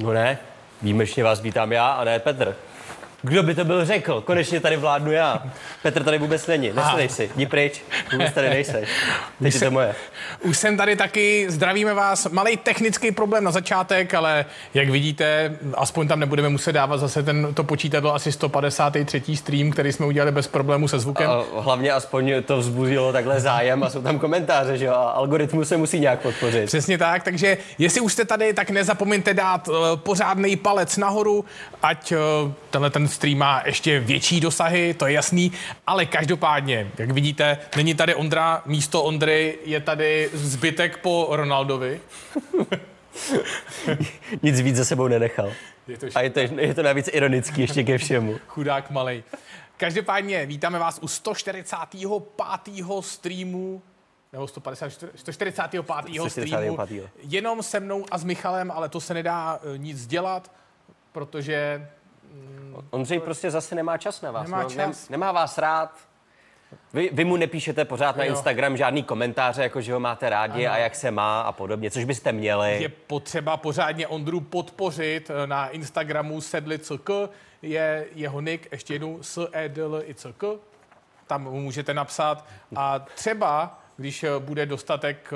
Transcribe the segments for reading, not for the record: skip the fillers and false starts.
No ne, výjimečně vás vítám já a ne Petr. Kdo by to byl řekl? Konečně tady vládnu já. Petr tady vůbec není, nesledej si, jdi pryč, vůbec tady nejseš. Teď je to moje. Už jsem tady taky, zdravíme vás. Malej technický problém na začátek, ale jak vidíte, aspoň tam nebudeme muset dávat zase to počítadlo asi 153. stream, který jsme udělali bez problému se zvukem. A hlavně aspoň to vzbudilo takhle zájem a jsou tam komentáře, že jo, a algoritmus se musí nějak podpořit. Přesně tak, takže jestli už jste tady, tak nezapomeňte dát pořádný palec nahoru, ať tenhle ten stream má ještě větší dosahy, to je jasný, ale každopádně, jak vidíte, není tady Ondra, místo Ondry je tady zbytek po Ronaldovi. Nic víc za sebou nenechal. A je to navíc ironický ještě ke všemu. Chudák malej. Každopádně vítáme vás u 145. streamu, nebo 145. streamu, jenom se mnou a s Michalem, ale to se nedá nic dělat, protože... Ondřej prostě zase nemá čas na vás. Nemá vás rád. Vy mu nepíšete pořád na Instagram žádný komentáře, jako že ho máte rádi a jak se má a podobně, což byste měli. Je potřeba pořádně Ondru podpořit na Instagramu sedli.ck, je jeho nick, ještě jednou sedlick, tam mu můžete napsat a třeba, když bude dostatek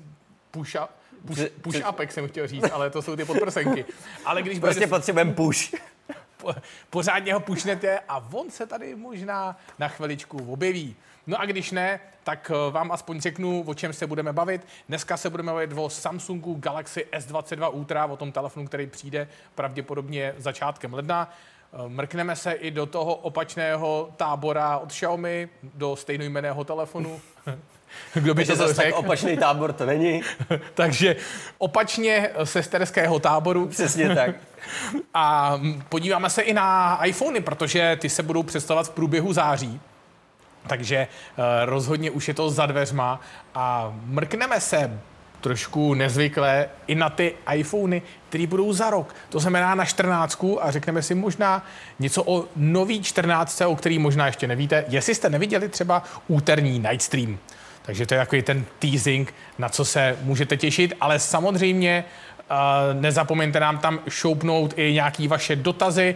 push-upek jsem chtěl říct, ale to jsou ty podprsenky. Ale když prostě potřebujeme push. Pořádně ho pušnete a on se tady možná na chviličku objeví. No a když ne, tak vám aspoň řeknu, o čem se budeme bavit. Dneska se budeme bavit o Samsungu Galaxy S22 Ultra, o tom telefonu, který přijde pravděpodobně začátkem ledna. Mrkneme se i do toho opačného tábora od Xiaomi, do stejnojmenného telefonu. Kdo by to řekl? Tak opačný tábor to není. Takže opačně sesterského táboru. Přesně tak. A podíváme se i na iPhony, protože ty se budou představovat v průběhu září. Takže rozhodně už je to za dveřma. A mrkneme se trošku nezvykle i na ty iPhony, které budou za rok. To znamená na 14 a řekneme si možná něco o nový 14, o který možná ještě nevíte. Jestli jste neviděli třeba úterní Night Stream. Takže to je takový ten teasing, na co se můžete těšit, ale samozřejmě nezapomeňte nám tam šoupnout i nějaký vaše dotazy.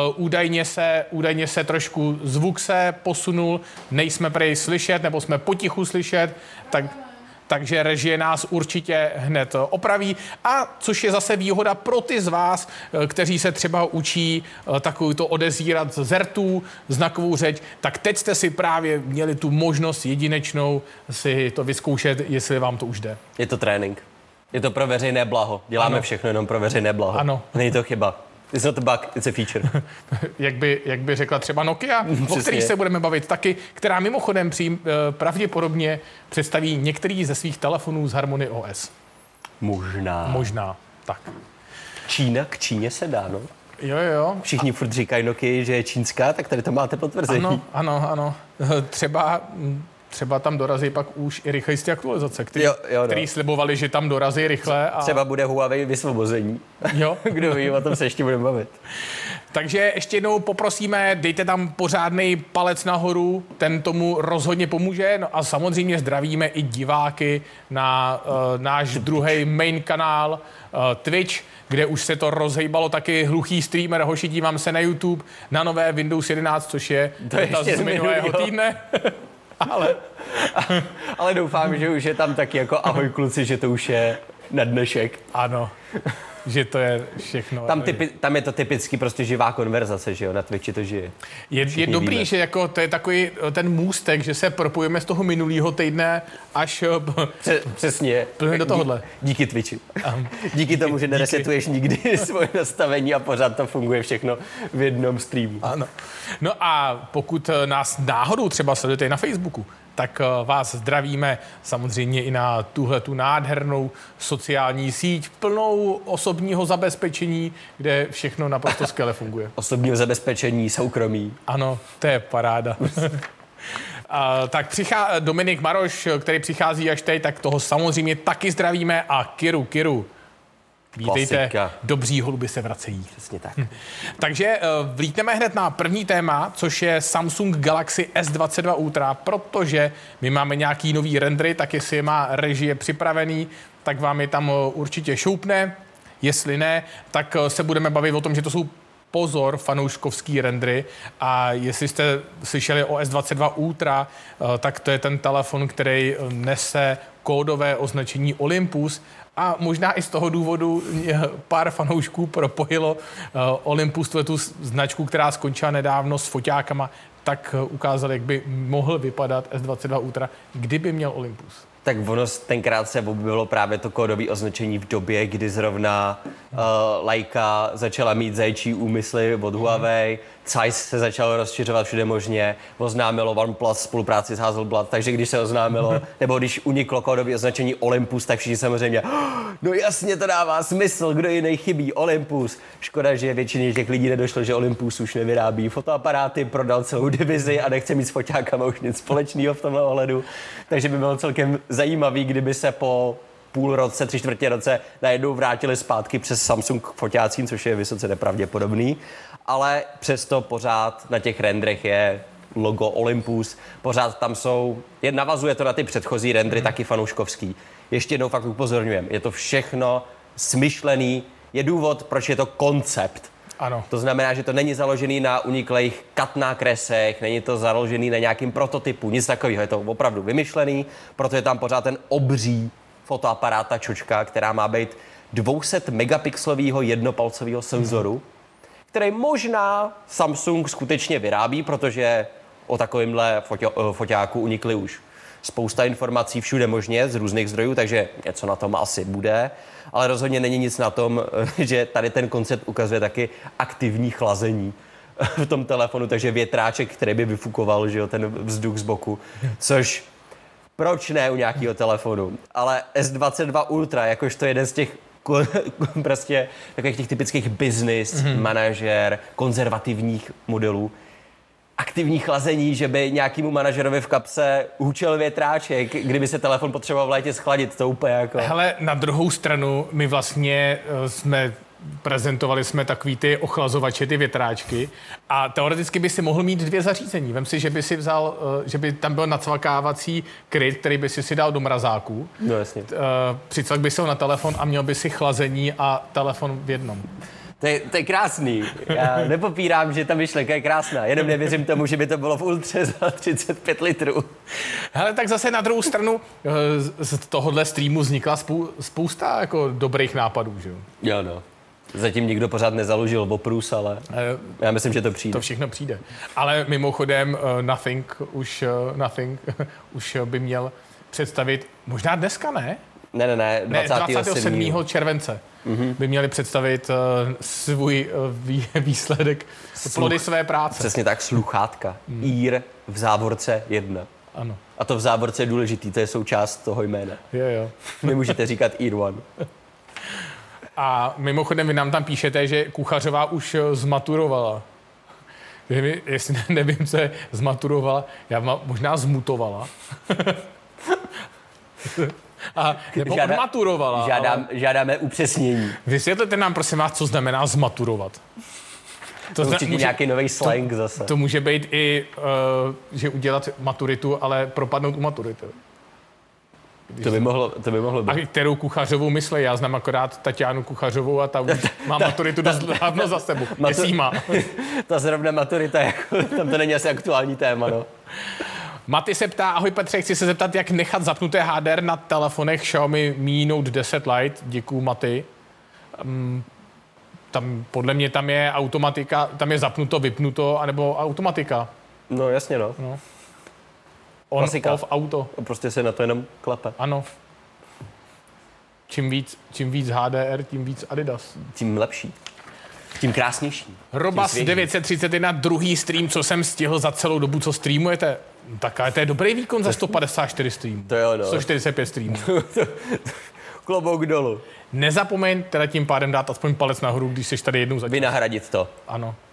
Údajně se trošku zvuk se posunul, nejsme prej slyšet, nebo jsme potichu slyšet, takže režie nás určitě hned opraví. A což je zase výhoda pro ty z vás, kteří se třeba učí takovou to odezírat z rtů, znakovou řeč, tak teď jste si právě měli tu možnost jedinečnou si to vyzkoušet, jestli vám to už jde. Je to trénink. Je to pro veřejné blaho. Děláme všechno jenom pro veřejné blaho. Ano. Není to chyba. It's not a bug, it's a feature. jak by řekla třeba Nokia, o který se budeme bavit taky, která mimochodem pravděpodobně představí některý ze svých telefonů z Harmony OS. Možná, tak. Čína k Číně se dá, no? Jo. Všichni furt říkají Nokia, že je čínská, tak tady to máte potvrzení. Ano. Třeba tam dorazí pak už i rychlejší aktualizace, který slibovali, že tam dorazí rychle. A... Třeba bude Huawei vysvobození. Jo. Kdo ví, o tom se ještě budeme bavit. Takže ještě jednou poprosíme, dejte tam pořádný palec nahoru, ten tomu rozhodně pomůže. No a samozřejmě zdravíme i diváky na náš druhý main kanál Twitch, kde už se to rozhejbalo taky hluchý streamer. Hoši, dívám se na YouTube, na nové Windows 11, což je dotaz z minulého týdne. Ale doufám, že už je tam taky jako ahoj kluci, že to už je na dnešek. Ano, že to je všechno. Tam je to typicky prostě živá konverzace, že jo, na Twitchi to žije. Je dobrý, víme. Že jako to je takový ten můstek, že se propojíme z toho minulého týdne až přesně do tohohle. Díky Twitchi. Díky tomu, že neresetuješ nikdy svoje nastavení a pořád to funguje všechno v jednom streamu. Ano. No a pokud nás náhodou třeba sledujete na Facebooku, tak vás zdravíme samozřejmě i na tuhletu nádhernou sociální síť plnou osobního zabezpečení, kde všechno naprosto skvěle funguje. Osobního zabezpečení, soukromí. Ano, to je paráda. Tak Dominik Maroš, který přichází až teď, tak toho samozřejmě taky zdravíme a Kiru. Vítejte, klasika. Dobří holuby se vracejí. Přesně tak. Takže vlítneme hned na první téma, což je Samsung Galaxy S22 Ultra, protože my máme nějaký nový rendery, tak jestli je má režie připravený, tak vám je tam určitě šoupne. Jestli ne, tak se budeme bavit o tom, že to jsou pozor, fanouškovský rendry, a jestli jste slyšeli o S22 Ultra, tak to je ten telefon, který nese kódové označení Olympus, a možná i z toho důvodu pár fanoušků propojilo Olympus, tu značku, která skončila nedávno s foťákama, tak ukázali, jak by mohl vypadat S22 Ultra, kdyby měl Olympus. Tak ono tenkrát se objevilo právě to kódové označení v době, kdy zrovna Leica začala mít zajčí úmysly od Huawei, Zeiss se začal rozšiřovat všude možně, oznámilo OnePlus spolupráci s Hasselblad, takže když se oznámilo, nebo když uniklo kódové označení Olympus, tak všichni samozřejmě, no jasně, to dává smysl, kdo jiný chybí, Olympus. Škoda, že většině těch lidí nedošlo, že Olympus už nevyrábí fotoaparáty, prodal celou divizi a nechce mít s foťákama už nic společného v tomhle ohledu. Takže by bylo celkem zajímavý, kdyby se po půl roce, 3/4 roce najednou vrátili zpátky přes Samsung k foťácím, což je vysoce nepravděpodobný. Ale přesto pořád na těch rendrech je logo Olympus, pořád tam jsou, navazuje to na ty předchozí rendry, taky fanouškovský. Ještě jednou fakt upozorňujem, je to všechno smyšlený, je důvod, proč je to koncept. Ano. To znamená, že to není založený na uniklých katnákresech, není to založený na nějakým prototypu, nic takového, je to opravdu vymyšlený, proto je tam pořád ten obří fotoaparát, ta čočka, která má být 200 megapixelového jednopalcového senzoru, který možná Samsung skutečně vyrábí, protože o takovémhle foťáku unikly už spousta informací všude možně z různých zdrojů, takže něco na tom asi bude, ale rozhodně není nic na tom, že tady ten koncept ukazuje taky aktivní chlazení v tom telefonu, takže větráček, který by vyfukoval, že jo, ten vzduch z boku, což proč ne u nějakého telefonu, ale S22 Ultra, jakožto jeden z těch prostě takových těch typických business, manažer, konzervativních modelů, aktivní chlazení, že by nějakému manažerovi v kapse hučel větráček, kdyby se telefon potřeboval v létě schladit, to úplně jako... Hele, na druhou stranu my vlastně prezentovali jsme takový ty ochlazovače, ty větráčky, a teoreticky by si mohl mít 2 zařízení. Vem si, že by si vzal, že by tam byl nacvakávací kryt, který by si dal do mrazáku. No jasně. Přicvak by se ho na telefon a měl by si chlazení a telefon v jednom. To je krásný. Já nepopírám, že ta myšlenka je krásná. Jenom nevěřím tomu, že by to bylo v Ultře za 35 litrů. Hele, tak zase na druhou stranu z tohohle streamu vznikla spousta jako dobrých nápadů, že jo? Jo, no. Zatím nikdo pořád nezaložil Voprus, ale já myslím, že to přijde. To všechno přijde. Ale mimochodem Nothing už by měl představit, možná dneska ne? Ne, 27. července by měli představit svůj výsledek, plody své práce. Přesně tak, sluchátka. Ear v závorce 1. Ano. A to v závorce je důležitý, to je součást toho jména. Jo. Nemůžete říkat Ear One. A mimochodem vy nám tam píšete, že Kuchařová už zmaturovala. Jestli nevím, co je zmaturovala, já možná zmutovala. A nebo odmaturovala. Žádáme upřesnění. Vysvětlete nám, prosím vás, co znamená zmaturovat. To určitě nějaký nový slang zase. To může být i, že udělat maturitu, ale propadnout u maturity. To by mohlo být. A kterou Kuchařovou myslí? Já znám akorát Tatianu Kuchařovou a ta už má maturitu dost dávno za sebou. Jestli má. Ta zrovna maturita, jako, tam to není asi aktuální téma, no. Maty se ptá, ahoj Petře, chci se zeptat, jak nechat zapnuté HDR na telefonech Xiaomi Mi Note 10 Lite. Děkuju, Maty. Tam, podle mě tam je automatika, tam je zapnuto, vypnuto, anebo automatika. No jasně, no. On, klasika. Off, auto. Prostě se na to jenom klepe. Ano. Čím víc HDR, tím víc Adidas. Tím lepší. Tím krásnější. Robas 931, druhý stream, co jsem stihl za celou dobu, co streamujete. Tak to je dobrý výkon za 154 streamů. To jo, no. 145 streamů. Klobouk dolů. Nezapomeň teda tím pádem dát aspoň palec nahoru, když jsi tady jednou začal. Vynahradit to. Ano.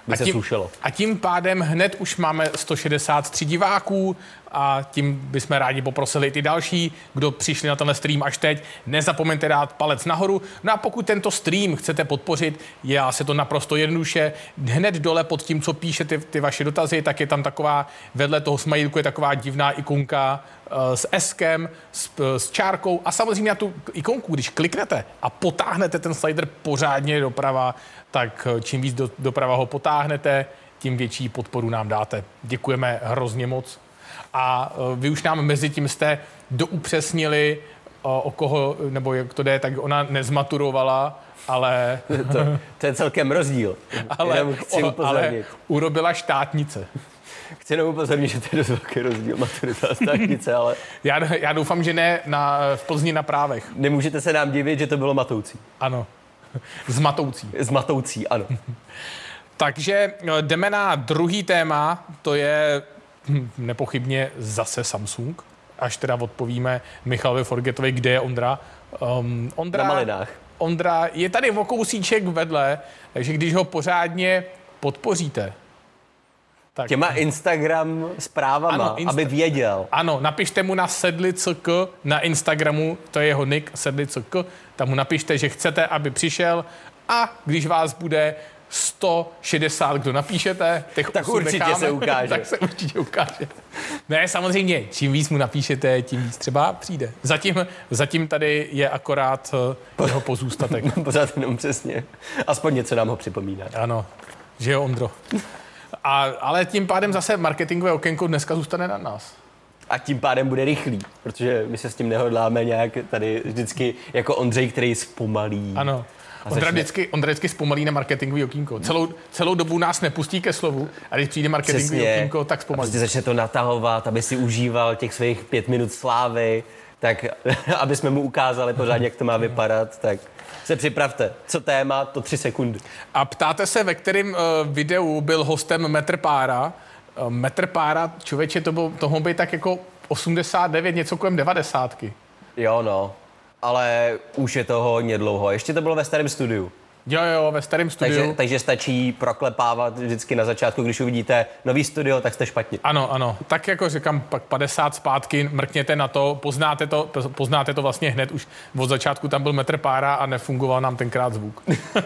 by se slušelo. A tím pádem hned už máme 163 diváků a tím bychom rádi poprosili ty další, kdo přišli na tenhle stream až teď. Nezapomeňte dát palec nahoru. No a pokud tento stream chcete podpořit, já se to naprosto jednoduše. Hned dole pod tím, co píšete ty vaše dotazy, tak je tam taková, vedle toho smajlíku je taková divná ikonka s S-kem, s čárkou a samozřejmě na tu ikonku, když kliknete a potáhnete ten slider pořádně doprava, tak čím víc doprava ho potáhnete, tím větší podporu nám dáte. Děkujeme hrozně moc. A vy už nám mezi tím jste doupřesnili, o koho, nebo jak to jde, tak ona nezmaturovala, ale... To je celkem rozdíl. Ale urobila štátnice. Chci jenom upozornit, že to je dost velký rozdíl maturita a státnice, ale... Já doufám, že ne v Plzni na právech. Nemůžete se nám divit, že to bylo matoucí. Ano. Zmatoucí. Zmatoucí, ano. Takže jdeme na druhý téma, to je nepochybně zase Samsung, až teda odpovíme Michalovi Forgetovi, kde je Ondra. Na Malinách. Ondra je tady o kousíček vedle, takže když ho pořádně podpoříte, tak... Těma Instagram zprávama, ano, aby věděl. Ano, napište mu na sedlick na Instagramu, to je jeho nick, sedlick, tam mu napište, že chcete, aby přišel a když vás bude 160, kdo napíšete, tak určitě necháme, se ukáže. Tak se určitě ukáže. Ne, samozřejmě, čím víc mu napíšete, tím víc třeba přijde. Zatím tady je akorát jeho pozůstatek. Pořád jenom přesně. Aspoň něco nám ho připomíná. Ano, že jo, Ondro. Ale tím pádem zase marketingové okénko dneska zůstane na nás. A tím pádem bude rychlý, protože my se s tím nehodláme nějak tady vždycky jako Ondřej, který zpomalí. Ano. Ondra vždycky zpomalí na marketingový okýnko. Celou dobu nás nepustí ke slovu a když přijde marketingový okýnko, tak zpomalí. Prostě začne to natahovat, aby si užíval těch svých 5 minut slávy, tak aby jsme mu ukázali pořádně, jak to má vypadat, tak se připravte. Co téma, to 3 sekundy. A ptáte se, ve kterém videu byl hostem Metr Pára. Metr Pára, člověče, to mohlo být tak jako 89, něco kolem 90. Jo, no. Ale už je to hodně dlouho. Ještě to bylo ve starém studiu. Jo, ve starém studiu. Takže stačí proklepávat vždycky na začátku, když uvidíte nový studio, tak jste špatně. Ano. Tak jako říkám, pak 50 zpátky, mrkněte na to, poznáte to vlastně hned. Už od začátku tam byl Metr Pára a nefungoval nám tenkrát zvuk.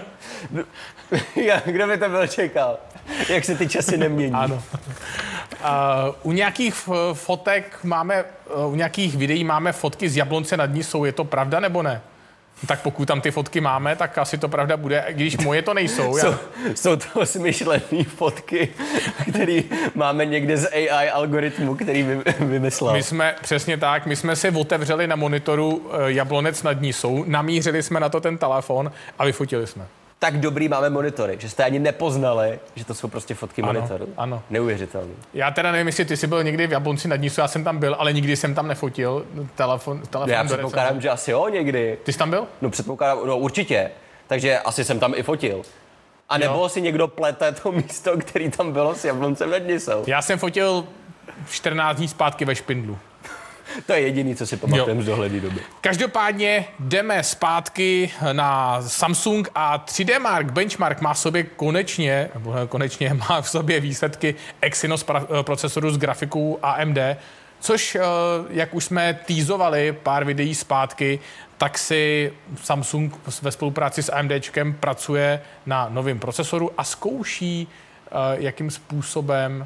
Kdo by to byl čekal? Jak se ty časy nemění. Ano. U nějakých fotek u nějakých videí máme fotky z Jablonce nad Nisou. Je to pravda nebo ne? Tak pokud tam ty fotky máme, tak asi to pravda bude, když moje to nejsou. Jsou to smyšlené fotky, které máme někde z AI algoritmu, který vymyslel. My jsme si otevřeli na monitoru Jablonec nad Nisou, namířili jsme na to ten telefon a vyfotili jsme. Tak dobrý máme monitory, že jste ani nepoznali, že to jsou prostě fotky monitoru. Ano. Neuvěřitelný. Já teda nevím, jestli ty jsi byl někdy v Jablonci nad Nisou, já jsem tam byl, ale nikdy jsem tam nefotil telefon Já předpokládám, že asi jo někdy. Ty jsi tam byl? No předpokládám, no určitě. Takže asi jsem tam i fotil. A nebo si někdo plete to místo, který tam bylo s Jabloncem nad Nisou. Já jsem fotil 14 dní zpátky ve Špindlu. To je jediný, co si pamatujeme z dohledné doby. Každopádně jdeme zpátky na Samsung a 3D Mark Benchmark má v sobě konečně má v sobě výsledky Exynos procesoru s grafikou AMD, což, jak už jsme teasovali pár videí zpátky, tak si Samsung ve spolupráci s AMDčkem pracuje na novém procesoru a zkouší, jakým způsobem,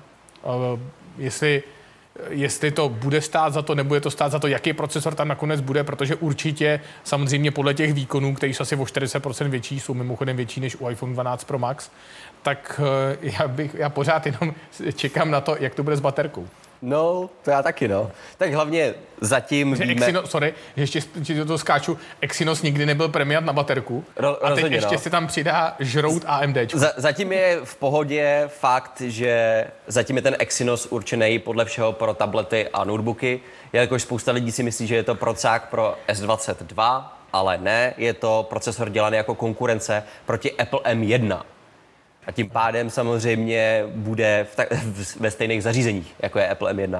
jestli to bude stát za to, nebude to stát za to, jaký procesor tam nakonec bude, protože určitě samozřejmě podle těch výkonů, které jsou asi o 40% větší, jsou mimochodem větší než u iPhone 12 Pro Max, tak já pořád jenom čekám na to, jak to bude s baterkou. No, to já taky, no. Tak hlavně zatím víme... ještě to skáču, Exynos nikdy nebyl premiant na baterku a teď ještě si tam přidá žrout AMDčko. Zatím je v pohodě fakt, že zatím je ten Exynos určený podle všeho pro tablety a notebooky, jelikož spousta lidí si myslí, že je to procák pro S22, ale ne, je to procesor dělaný jako konkurence proti Apple M1. A tím pádem samozřejmě bude ve stejných zařízeních, jako je Apple M1.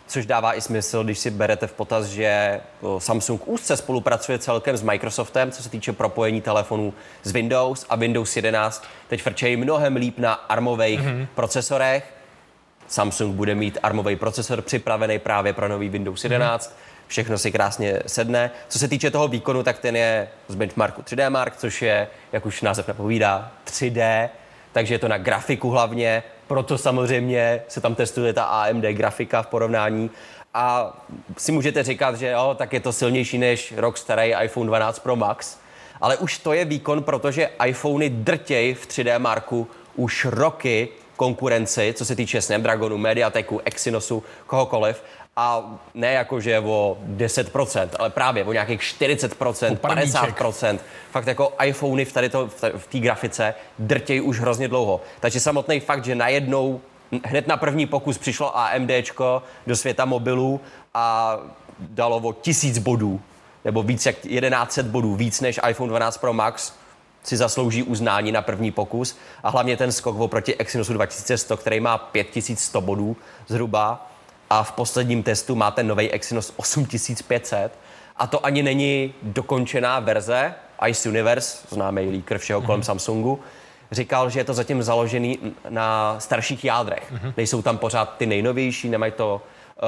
což dává i smysl, když si berete v potaz, že Samsung úzce spolupracuje celkem s Microsoftem, co se týče propojení telefonů z Windows a Windows 11 teď frčejí mnohem líp na ARMových procesorech. Samsung bude mít ARMový procesor připravený právě pro nový Windows 11. Všechno si krásně sedne. Co se týče toho výkonu, tak ten je z benchmarku 3D Mark, což je, jak už název napovídá, 3D, takže je to na grafiku hlavně, proto samozřejmě se tam testuje ta AMD grafika v porovnání a si můžete říkat, že jo, tak je to silnější než rok starý iPhone 12 Pro Max, ale už to je výkon, protože iPhony drtěj v 3D Marku už roky konkurenci, co se týče Snapdragonu, Mediateku, Exynosu, kohokoliv. A ne jakože o 10%, ale právě o nějakých 40%, 50%. Fakt jako iPhony v té grafice drtějí už hrozně dlouho. Takže samotný fakt, že najednou hned na první pokus přišlo AMDčko do světa mobilů a dalo o 1000 bodů, nebo víc jak 1100 bodů, víc než iPhone 12 Pro Max, si zaslouží uznání na první pokus. A hlavně ten skok oproti Exynosu 2100, který má 5100 bodů zhruba. A v posledním testu má ten nový Exynos 8500 a to ani není dokončená verze. Ice Universe, známý leaker všeho kolem Samsungu, říkal, že je to zatím založený na starších jádrech. Nejsou tam pořád ty nejnovější, nemají to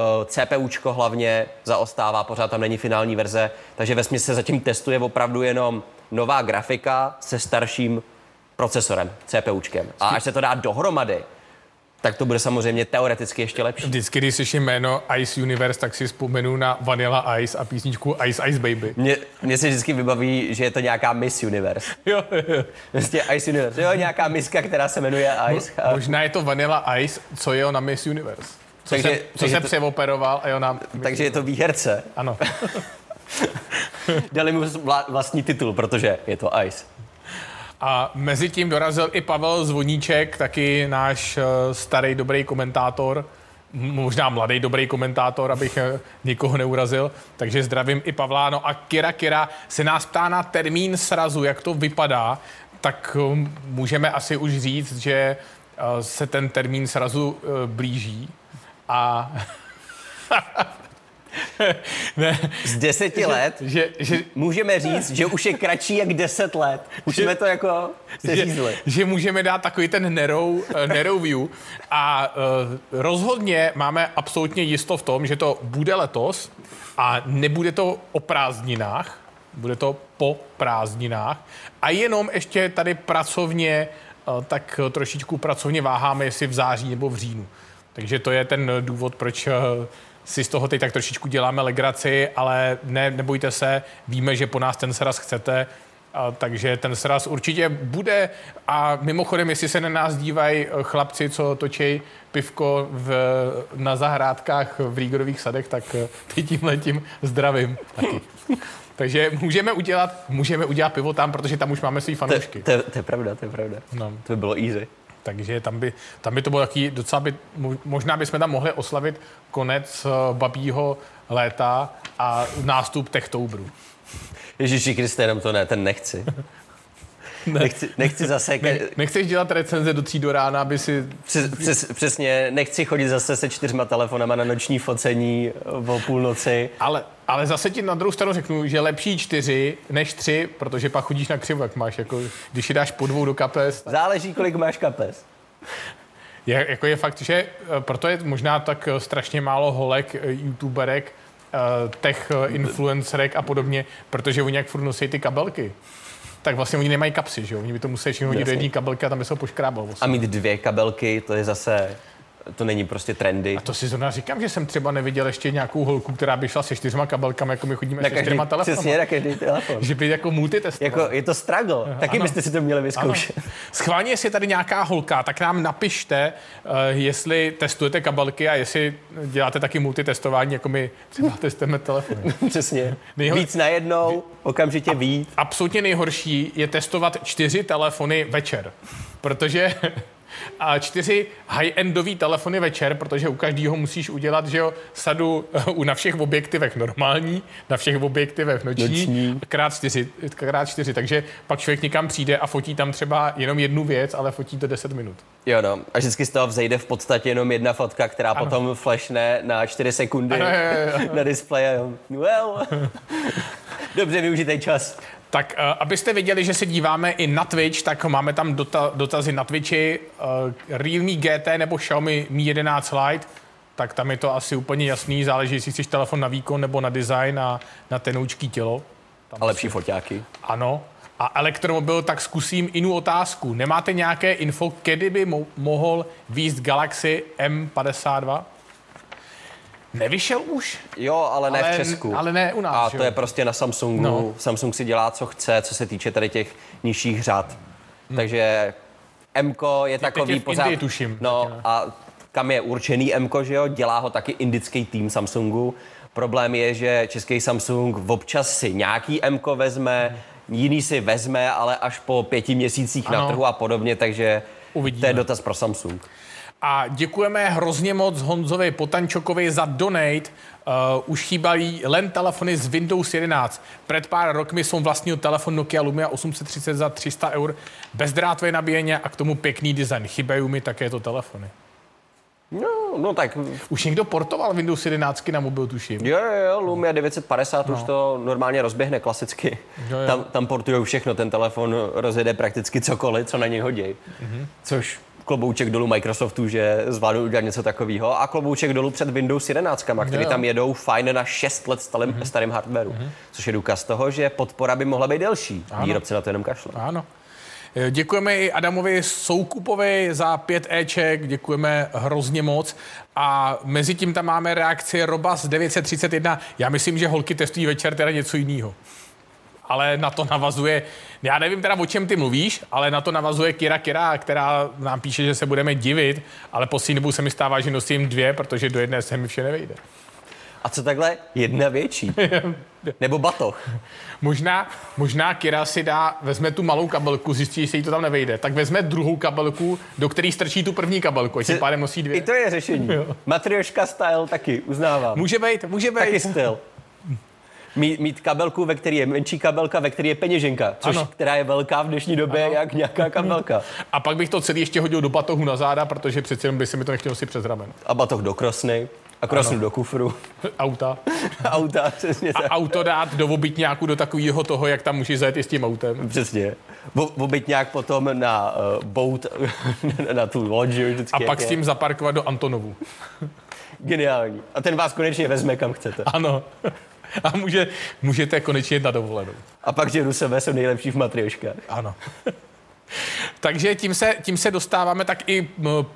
CPUčko hlavně, zaostává, pořád tam není finální verze, takže vesměs se zatím testuje opravdu jenom nová grafika se starším procesorem, CPUčkem. A až se to dá dohromady, tak to bude samozřejmě teoreticky ještě lepší. Vždycky, když slyším jméno Ice Universe, tak si vzpomenu na Vanilla Ice a písničku Ice Ice Baby. Mně se vždycky vybaví, že je to nějaká Miss Universe. Jo. Vlastně Ice Universe. Jo, nějaká miska, která se jmenuje Ice. Možná je to Vanilla Ice, co je na Miss Universe. Co se přeoperoval a je na... Takže je to výherce. Ano. Dali mu vlastní titul, protože je to Ice. A mezi tím dorazil i Pavel Zvoníček, taky náš starý dobrý komentátor, možná mladý dobrý komentátor, abych nikoho neurazil. Takže zdravím i Pavla. No a Kira se nás ptá na termín srazu, jak to vypadá. Tak můžeme asi už říct, že se ten termín srazu blíží. A... Ne. Z 10 let že můžeme říct, že už je kratší jak 10 let. Už jsme to jako seřízli. Že můžeme dát takový ten Nerou view. A rozhodně máme absolutně jisto v tom, že to bude letos a nebude to o prázdninách, bude to po prázdninách. A jenom ještě tady pracovně, tak trošičku pracovně váháme, jestli v září nebo v říjnu. Takže to je ten důvod, proč si z toho teď tak trošičku děláme legraci, ale nebojte se, víme, že po nás ten sraz chcete, takže ten sraz určitě bude. A mimochodem, jestli se na nás dívají chlapci, co točí pivko na zahrádkách v Rýgerových sadech, tak ty tímhletím zdravím taky. Takže můžeme udělat pivo tam, protože tam už máme svý fanoušky. To je pravda. No. To by bylo easy. Takže tam by to bylo taky docela možná bychom tam mohli oslavit konec babího léta a nástup Techtoubru. Ježíši Kriste, jenom to ne, ten nechci. Nechci zase... Nechceš dělat recenze do 3 do rána, aby si... Přesně, nechci chodit zase se 4 telefonama na noční focení o půlnoci. Ale zase ti na druhou stranu řeknu, že lepší 4 než 3, protože pak chodíš na křivek, máš jako, když si dáš po 2 do kapes. Tak... Záleží, kolik máš kapes. Je fakt, že proto je možná tak strašně málo holek, youtuberek, tech influencerek a podobně, protože oni jak furt nosí ty kabelky. Tak vlastně oni nemají kapsy, že jo? Oni by to museli všechno hodit do jedné kabelky a tam by se ho poškrábal. Vlastně. A mít 2 kabelky, to je zase... To není prostě trendy. A to si zrovna říkám, že jsem třeba neviděl ještě nějakou holku, která by šla se 4 kabelkami, jako my chodíme se 4 telefonama. Přesně, na každý telefon. Že by jako multitestoval. Jako, je to struggle. Taky ano. Byste si to měli vyzkoušet. Ano. Schválně, jestli je tady nějaká holka, tak nám napište, jestli testujete kabelky a jestli děláte taky multitestování, jako my třeba testujeme telefony. Přesně. Víc najednou, okamžitě víc. Absolutně nejhorší je testovat 4 telefony večer. Protože A 4 high-endový telefony večer, protože u každého musíš udělat, že jo, sadu na všech objektivech normální, na všech objektivech noční. krát 4, takže pak člověk někam přijde a fotí tam třeba jenom jednu věc, ale fotí to 10 minut. Jo no, a vždycky z toho vzejde v podstatě jenom jedna fotka, která potom flashne na 4 sekundy na displeji. Well, dobře využitej čas. Tak abyste věděli, že se díváme i na Twitch, tak máme tam dotazy na Twitchi. Realme GT nebo Xiaomi Mi 11 Lite, tak tam je to asi úplně jasný, záleží, jestli chceš telefon na výkon nebo na design a na tenoučký tělo. Tam a lepší foťáky. Ano. A elektromobil, tak zkusím jinou otázku. Nemáte nějaké info, kdy by mohl výjist Galaxy M52? Nevyšel už? Jo, ale ne v Česku. Ale ne u nás. A to je prostě na Samsungu. No. Samsung si dělá, co chce, co se týče tady těch nižších řad. Takže M-ko je takový pořád... Indii tuším. No a kam je určený M-ko, že jo? Dělá ho taky indický tým Samsungu. Problém je, že český Samsung občas si nějaký M-ko vezme, jiný si vezme, ale až po 5 měsících na trhu a podobně, takže uvidíme. To je dotaz pro Samsung. A děkujeme hrozně moc Honzovi Potančokovi za donate. Už chýbají len telefony z Windows 11. Před pár rokmi jsem vlastnil telefon Nokia Lumia 830 za 300 €, bezdrátové nabíjení a k tomu pěkný design. Chybějí mi takéto telefony. No tak... Už někdo portoval Windows 11 na mobil, tuším. Jo, Lumia 950 už to normálně rozběhne klasicky. Jo. Tam portujou všechno, ten telefon rozjede prakticky cokoliv, co na něj hodí. Což klobouček dolů Microsoftu, že zvládnou udělat něco takového. A klobouček dolů před Windows 11, který tam jedou fajn na 6 let starým hardwareu. Což je důkaz toho, že podpora by mohla být delší. Výrobci na to jenom kašlou. Ano. Děkujeme i Adamovi Soukupovi za 5 éček, děkujeme hrozně moc. A mezi tím tam máme reakci Robas 931. Já myslím, že holky testují večer teda něco jiného. Ale na to navazuje, já nevím teda, o čem ty mluvíš, ale na to navazuje Kira, která nám píše, že se budeme divit, ale poslední dobou se mi stává, že nosím 2, protože do jedné se mi vše nevejde. A co takhle jedna větší? Nebo batoh? Možná Kira si vezme tu malou kabelku, zjistí, že se jí to tam nevejde, tak vezme druhou kabelku, do které strčí tu první kabelku, a tím pádem nosí 2. I to je řešení. Matrioška style taky, uznávám. Může být. Taky styl. Mít kabelku, ve které je menší kabelka, ve které je peněženka, která je velká v dnešní době, jak nějaká kabelka. A pak bych to celý ještě hodil do batohu na záda, protože přece jenom by se mi to nechtělo si přes ramen. A batoh do krosny. A krosnu do kufru. Auta, přesně tak. A auto dát do obytňáku do takového toho, jak tam můžeš zajet i s tím autem. Přesně. Obytňák potom na boat, na tu loď. A pak s tím zaparkovat do Antonovu. Geniální. A ten vás konečně vezme, kam chcete. Ano. A můžete konečně jít na dovolenou. A pak, že Rusové jsou nejlepší v matrioškách. Ano. Takže tím se dostáváme tak i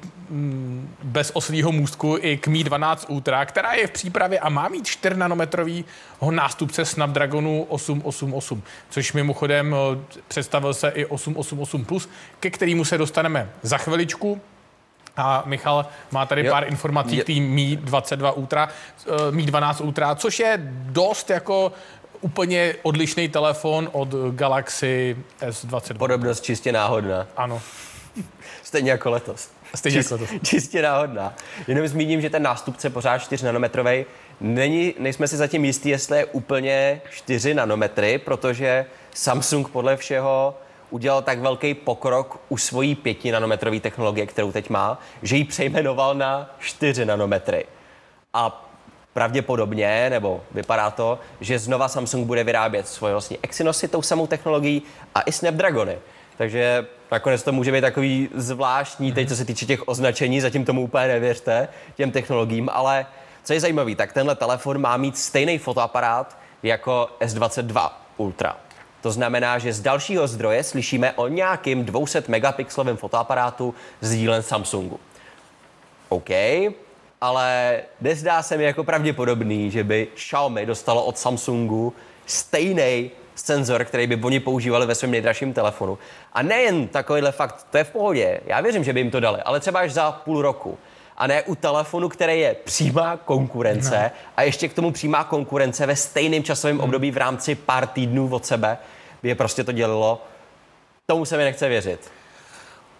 bez oslího můstku i k Mi 12 Ultra, která je v přípravě a má mít 4 nanometrový nástupce Snapdragonu 888, což mimochodem představil se i 888 Plus, ke kterému se dostaneme za chviličku. A Michal má tady pár informací k tým Mi 22 Ultra, Mi 12 Ultra, což je dost jako úplně odlišný telefon od Galaxy S22. Podobnost čistě náhodná. Ano. Stejně jako letos. Čistě náhodná. Jenom zmíním, že ten nástupce pořád 4 nanometrovej. Nejsme si zatím jistí, jestli je úplně 4 nanometry, protože Samsung podle všeho udělal tak velký pokrok u svojí 5 nanometrové technologie, kterou teď má, že ji přejmenoval na 4 nanometry. A pravděpodobně, nebo vypadá to, že znova Samsung bude vyrábět svoje vlastně Exynosy tou samou technologií a i Snapdragony. Takže nakonec to může být takový zvláštní, teď co se týče těch označení, zatím tomu úplně nevěřte, těm technologiím, ale co je zajímavé, tak tenhle telefon má mít stejný fotoaparát jako S22 Ultra. To znamená, že z dalšího zdroje slyšíme o nějakým 200 megapixelovém fotoaparátu sdílen Samsungu. OK, ale nezdá se mi jako pravděpodobný, že by Xiaomi dostalo od Samsungu stejný senzor, který by oni používali ve svém nejdražším telefonu. A nejen takovýhle fakt, to je v pohodě, já věřím, že by jim to dali, ale třeba až za půl roku. A ne u telefonu, který je přímá konkurence a ještě k tomu přímá konkurence ve stejném časovém období v rámci pár týdnů od sebe, by je prostě to dělalo. Tomu se mi nechce věřit.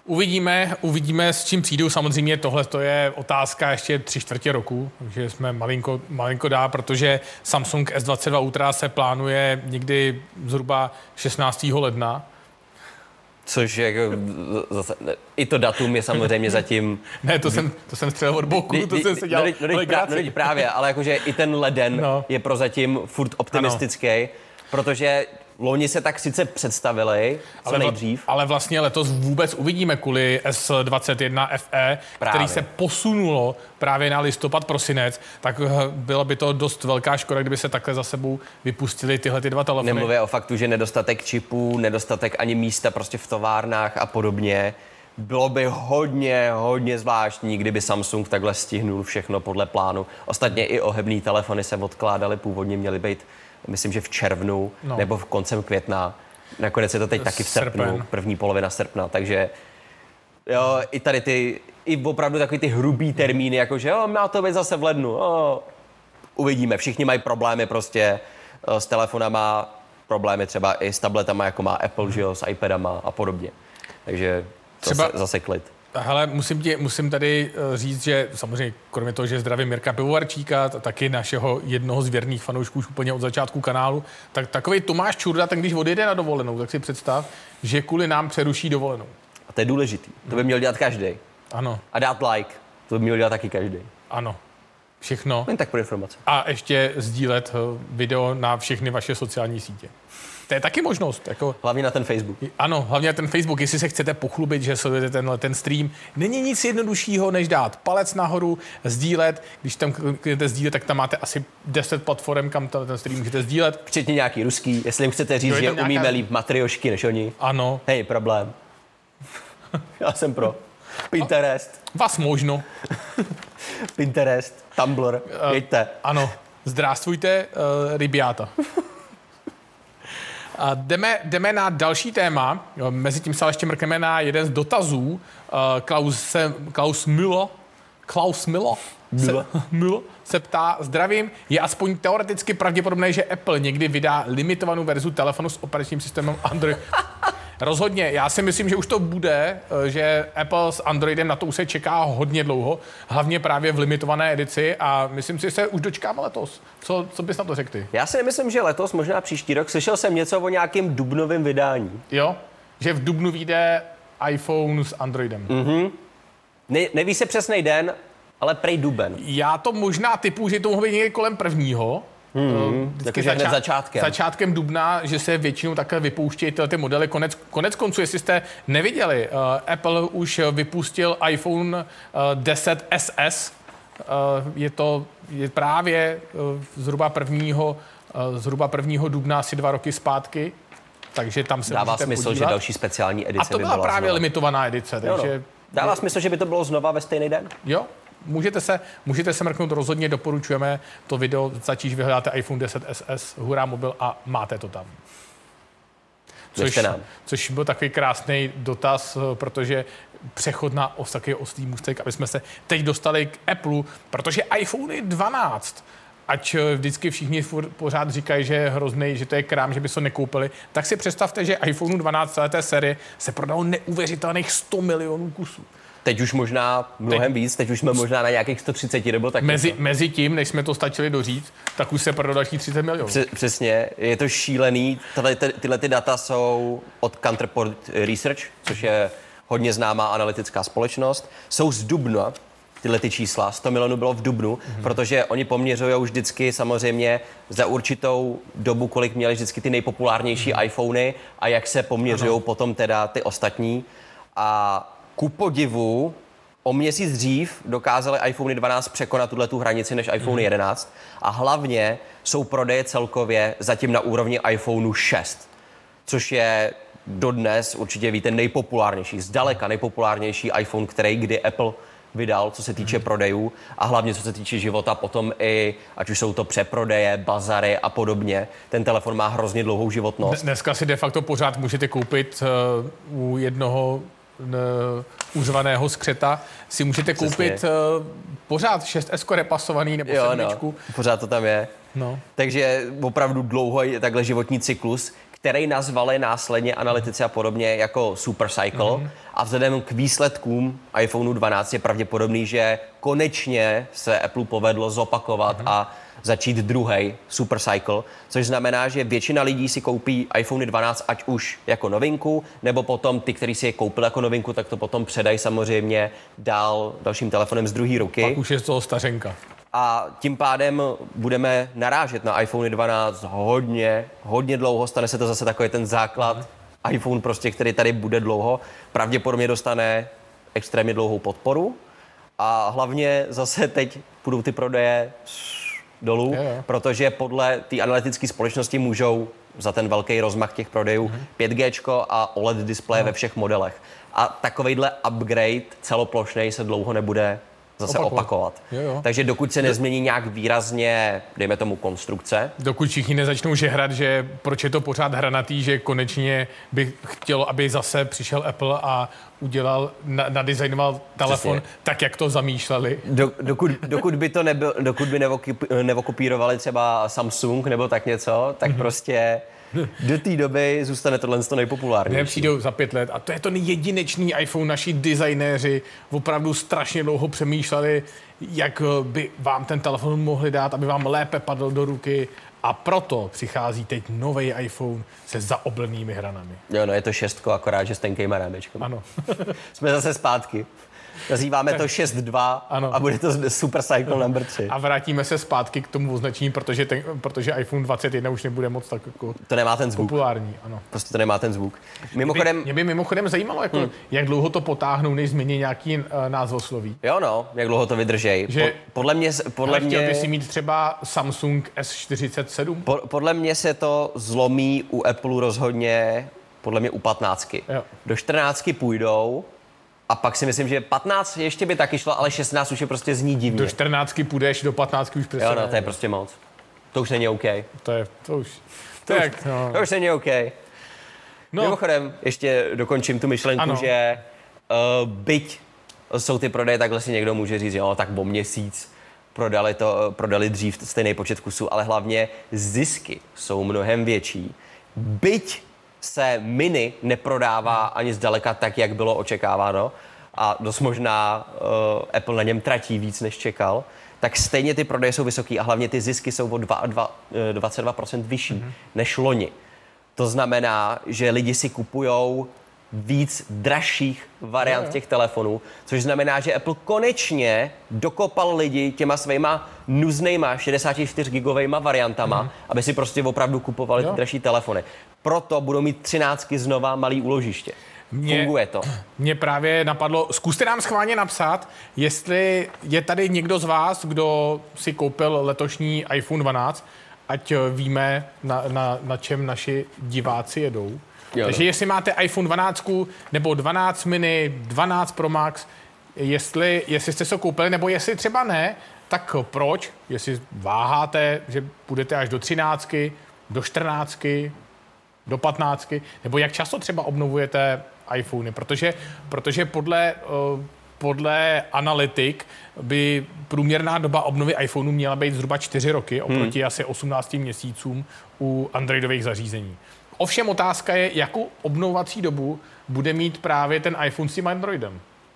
Uvidíme, s čím přijdou. Samozřejmě tohle to je otázka ještě 3/4 roku, takže jsme malinko dá, protože Samsung S22 Ultra se plánuje někdy zhruba 16. ledna. Což je zase, i to datum je samozřejmě zatím... Ne, to jsem střelil od boku, to jsem se dělal právě, ale jakože i ten leden je prozatím furt optimistický, protože loni se tak sice představili, co nejdřív. Ale vlastně letos vůbec uvidíme kvůli S21 FE, který se posunulo právě na listopad, prosinec, tak bylo by to dost velká škoda, kdyby se takhle za sebou vypustili tyhle ty dva telefony. Nemluvě o faktu, že nedostatek čipů, nedostatek ani místa prostě v továrnách a podobně. Bylo by hodně zvláštní, kdyby Samsung takhle stihnul všechno podle plánu. Ostatně i ohebný telefony se odkládaly, původně měly být, myslím, že v červnu nebo v koncem května. Nakonec je to teď taky v srpnu, první polovina srpna, takže jo, i tady i opravdu takový ty hrubý termíny, jakože jo, má to být zase v lednu, jo. Uvidíme, všichni mají problémy prostě s telefonama, problémy třeba i s tabletama, jako má Apple, že jo, s iPadama a podobně. Takže zase klid. Hele, musím tady říct, že samozřejmě kromě toho, že zdravím Mirka Pivovarčíka, taky našeho jednoho z věrných fanoušků už úplně od začátku kanálu, tak takový Tomáš Čurda, tak když odjede na dovolenou, tak si představ, že kvůli nám přeruší dovolenou. A to je důležitý. To by měl dělat každý. Ano. A dát like. To by měl dělat taky každý. Ano. Všechno. Jen tak pro informace. A ještě sdílet video na všechny vaše sociální sítě. To je taky možnost. Jako... Hlavně na ten Facebook. Ano, hlavně na ten Facebook. Jestli se chcete pochlubit, že sledujete ten stream, není nic jednoduššího, než dát palec nahoru, sdílet. Když tam chcete sdílet, tak tam máte asi 10 platform, kam ten stream můžete sdílet. Včetně nějaký ruský. Jestli jim chcete říct, že umíme líp matriošky než oni. Ano. Hej, problém. Já jsem pro. Pinterest. Vás možno. Pinterest, Tumblr, jeďte. Ano. Zdravstvujte, rybiáta. A jdeme na další téma. Mezitím se ale ještě mrkneme na jeden z dotazů. Klaus Müller se ptá, zdravím, je aspoň teoreticky pravděpodobné, že Apple někdy vydá limitovanou verzi telefonu s operačním systémem Android. Rozhodně, já si myslím, že už to bude, že Apple s Androidem na to už se čeká hodně dlouho, hlavně právě v limitované edici a myslím si, že se už dočkáme letos. Co bys na to řekl ty? Já si nemyslím, že letos, možná příští rok. Slyšel jsem něco o nějakém dubnovém vydání. Jo, že v dubnu vyjde iPhone s Androidem. Mhm. Neví se přesný den, ale prej duben. Já to možná typu, že to mohlo být někdy kolem prvního. Začátkem dubna, že se většinou takhle vypouštějí ty modely. Konec konců, jestli jste neviděli, Apple už vypustil iPhone 10 SS. Je právě zhruba 1. dubna, asi 2 roky zpátky. Takže tam se dává smysl, podívat. Že další speciální edice. A to byla právě znova limitovaná edice. Takže dává smysl, že by to bylo znova ve stejný den? Jo. Můžete se mrknout, rozhodně doporučujeme to video, stačí, vyhledáte iPhone 10 SS, hurá mobil a máte to tam. Což byl takový krásný dotaz, protože přechod na takový ostrý můstek, aby jsme se teď dostali k Apple, protože iPhone 12, ať vždycky všichni pořád říkají, že je hrozný, že to je krám, že by se nekoupili, tak si představte, že iPhone 12 celé té série se prodalo neuvěřitelných 100 milionů kusů. Teď už možná mnohem víc, teď už jsme možná na nějakých 130 nebo tak. Mezi tím, než jsme to stačili doříct, tak už se prodalo další 30 milionů. Přesně, je to šílený. Tyhle ty data jsou od Counterport Research, což je hodně známá analytická společnost. Jsou z dubna, tyhle ty čísla, 100 milionů bylo v dubnu, protože oni poměřují už vždycky samozřejmě za určitou dobu, kolik měli vždycky ty nejpopulárnější iPhony a jak se poměřují potom teda ty ostatní. A ku podivu, o měsíc dřív dokázali iPhone 12 překonat tuhletu hranici než iPhone 11 a hlavně jsou prodeje celkově zatím na úrovni iPhone 6, což je dodnes, určitě víte, nejpopulárnější, zdaleka nejpopulárnější iPhone, který kdy Apple vydal, co se týče prodejů a hlavně co se týče života potom i, ať už jsou to přeprodeje, bazary a podobně. Ten telefon má hrozně dlouhou životnost. Dneska si de facto pořád můžete koupit u jednoho uřvaného skřeta si můžete koupit pořád 6S repasovaný nebo 7. Pořád to tam je. No. Takže opravdu dlouho je takhle životní cyklus, který nazvali následně analytici a podobně jako Super Cycle. A vzhledem k výsledkům iPhoneu 12 je pravděpodobný, že konečně se Apple povedlo zopakovat a začít druhý Super Cycle, což znamená, že většina lidí si koupí iPhone 12 ať už jako novinku, nebo potom ty, kteří si je koupili jako novinku, tak to potom předají samozřejmě dál dalším telefonem z druhé ruky. Pak už je toho stařenka. A tím pádem budeme narážet na iPhone 12 hodně dlouho. Stane se to zase takový ten základ iPhone prostě, který tady bude dlouho. Pravděpodobně dostane extrémně dlouhou podporu. A hlavně zase teď budou ty prodeje dolů, protože podle té analytické společnosti můžou za ten velký rozmach těch prodejů 5G a OLED displeje ve všech modelech. A takovejhle upgrade celoplošnej se dlouho nebude zase opakovat. Takže dokud se nezmění nějak výrazně, dejme tomu, konstrukce. Dokud všichni nezačnou žehrat, že proč je to pořád hranatý, že konečně by chtělo, aby zase přišel Apple a udělal, nadizajnoval telefon přesně tak, jak to zamýšleli. Dokud by nevokopírovali třeba Samsung nebo tak něco, tak prostě do té doby zůstane tohle nejpopulárnější. Ne, přijdou za 5 let a to je to jedinečný iPhone. Naši designéři opravdu strašně dlouho přemýšleli, jak by vám ten telefon mohli dát, aby vám lépe padl do ruky. A proto přichází teď nový iPhone se zaoblenými hranami. Jo, no je to 6, akorát, že s tenkejma rámečkama. Ano. Jsme zase zpátky. Nazýváme to 6.2 a bude to Super Cycle number 3. A vrátíme se zpátky k tomu označení, protože iPhone 21 už nebude moc tak jako to nemá ten zvuk. Populární. Ano. Prostě to nemá ten zvuk. Mě by mimochodem zajímalo, jako, jak dlouho to potáhnou, než změní nějaký názvosloví. Jo no, jak dlouho to vydržej. Podle mě chtěl by si mít třeba Samsung S47? Podle mě se to zlomí u Apple rozhodně, podle mě u 15. Jo. Do 14 půjdou. A pak si myslím, že 15 ještě by taky šlo, ale 16 už je prostě zní divně. Do 14 půjdeš, do 15 už prostě. Jo, no, to je prostě moc. To už není OK. To už není OK. No. Mimochodem, ještě dokončím tu myšlenku, ano, že byť jsou ty prodeje, takhle si někdo může říct, jo, tak o měsíc prodali dřív stejný počet kusů, ale hlavně zisky jsou mnohem větší. Byť se mini neprodává ani zdaleka tak, jak bylo očekáváno a dost možná Apple na něm tratí víc, než čekal, tak stejně ty prodeje jsou vysoký a hlavně ty zisky jsou o 22% vyšší než loni. To znamená, že lidi si kupujou víc dražších variant těch telefonů, což znamená, že Apple konečně dokopal lidi těma svýma nuznejma 64 gigovejma variantama, aby si prostě opravdu kupovali ty dražší telefony. Proto budou mít 13 znova malý úložiště. Funguje to. Mně právě napadlo, zkuste nám schválně napsat, jestli je tady někdo z vás, kdo si koupil letošní iPhone 12, ať víme, na čem naši diváci jedou. Jo, takže jestli máte iPhone 12 nebo 12 mini, 12 Pro Max, jestli jste se koupili, nebo jestli třeba ne, tak proč? Jestli váháte, že půjdete až do 13, do 14, do 15, nebo jak často třeba obnovujete iPhony, protože podle analytik by průměrná doba obnovy iPhoneu měla být zhruba 4 roky oproti asi 18 měsícům u Androidových zařízení. Ovšem otázka je, jakou obnovovací dobu bude mít právě ten iPhone s tím Androidem.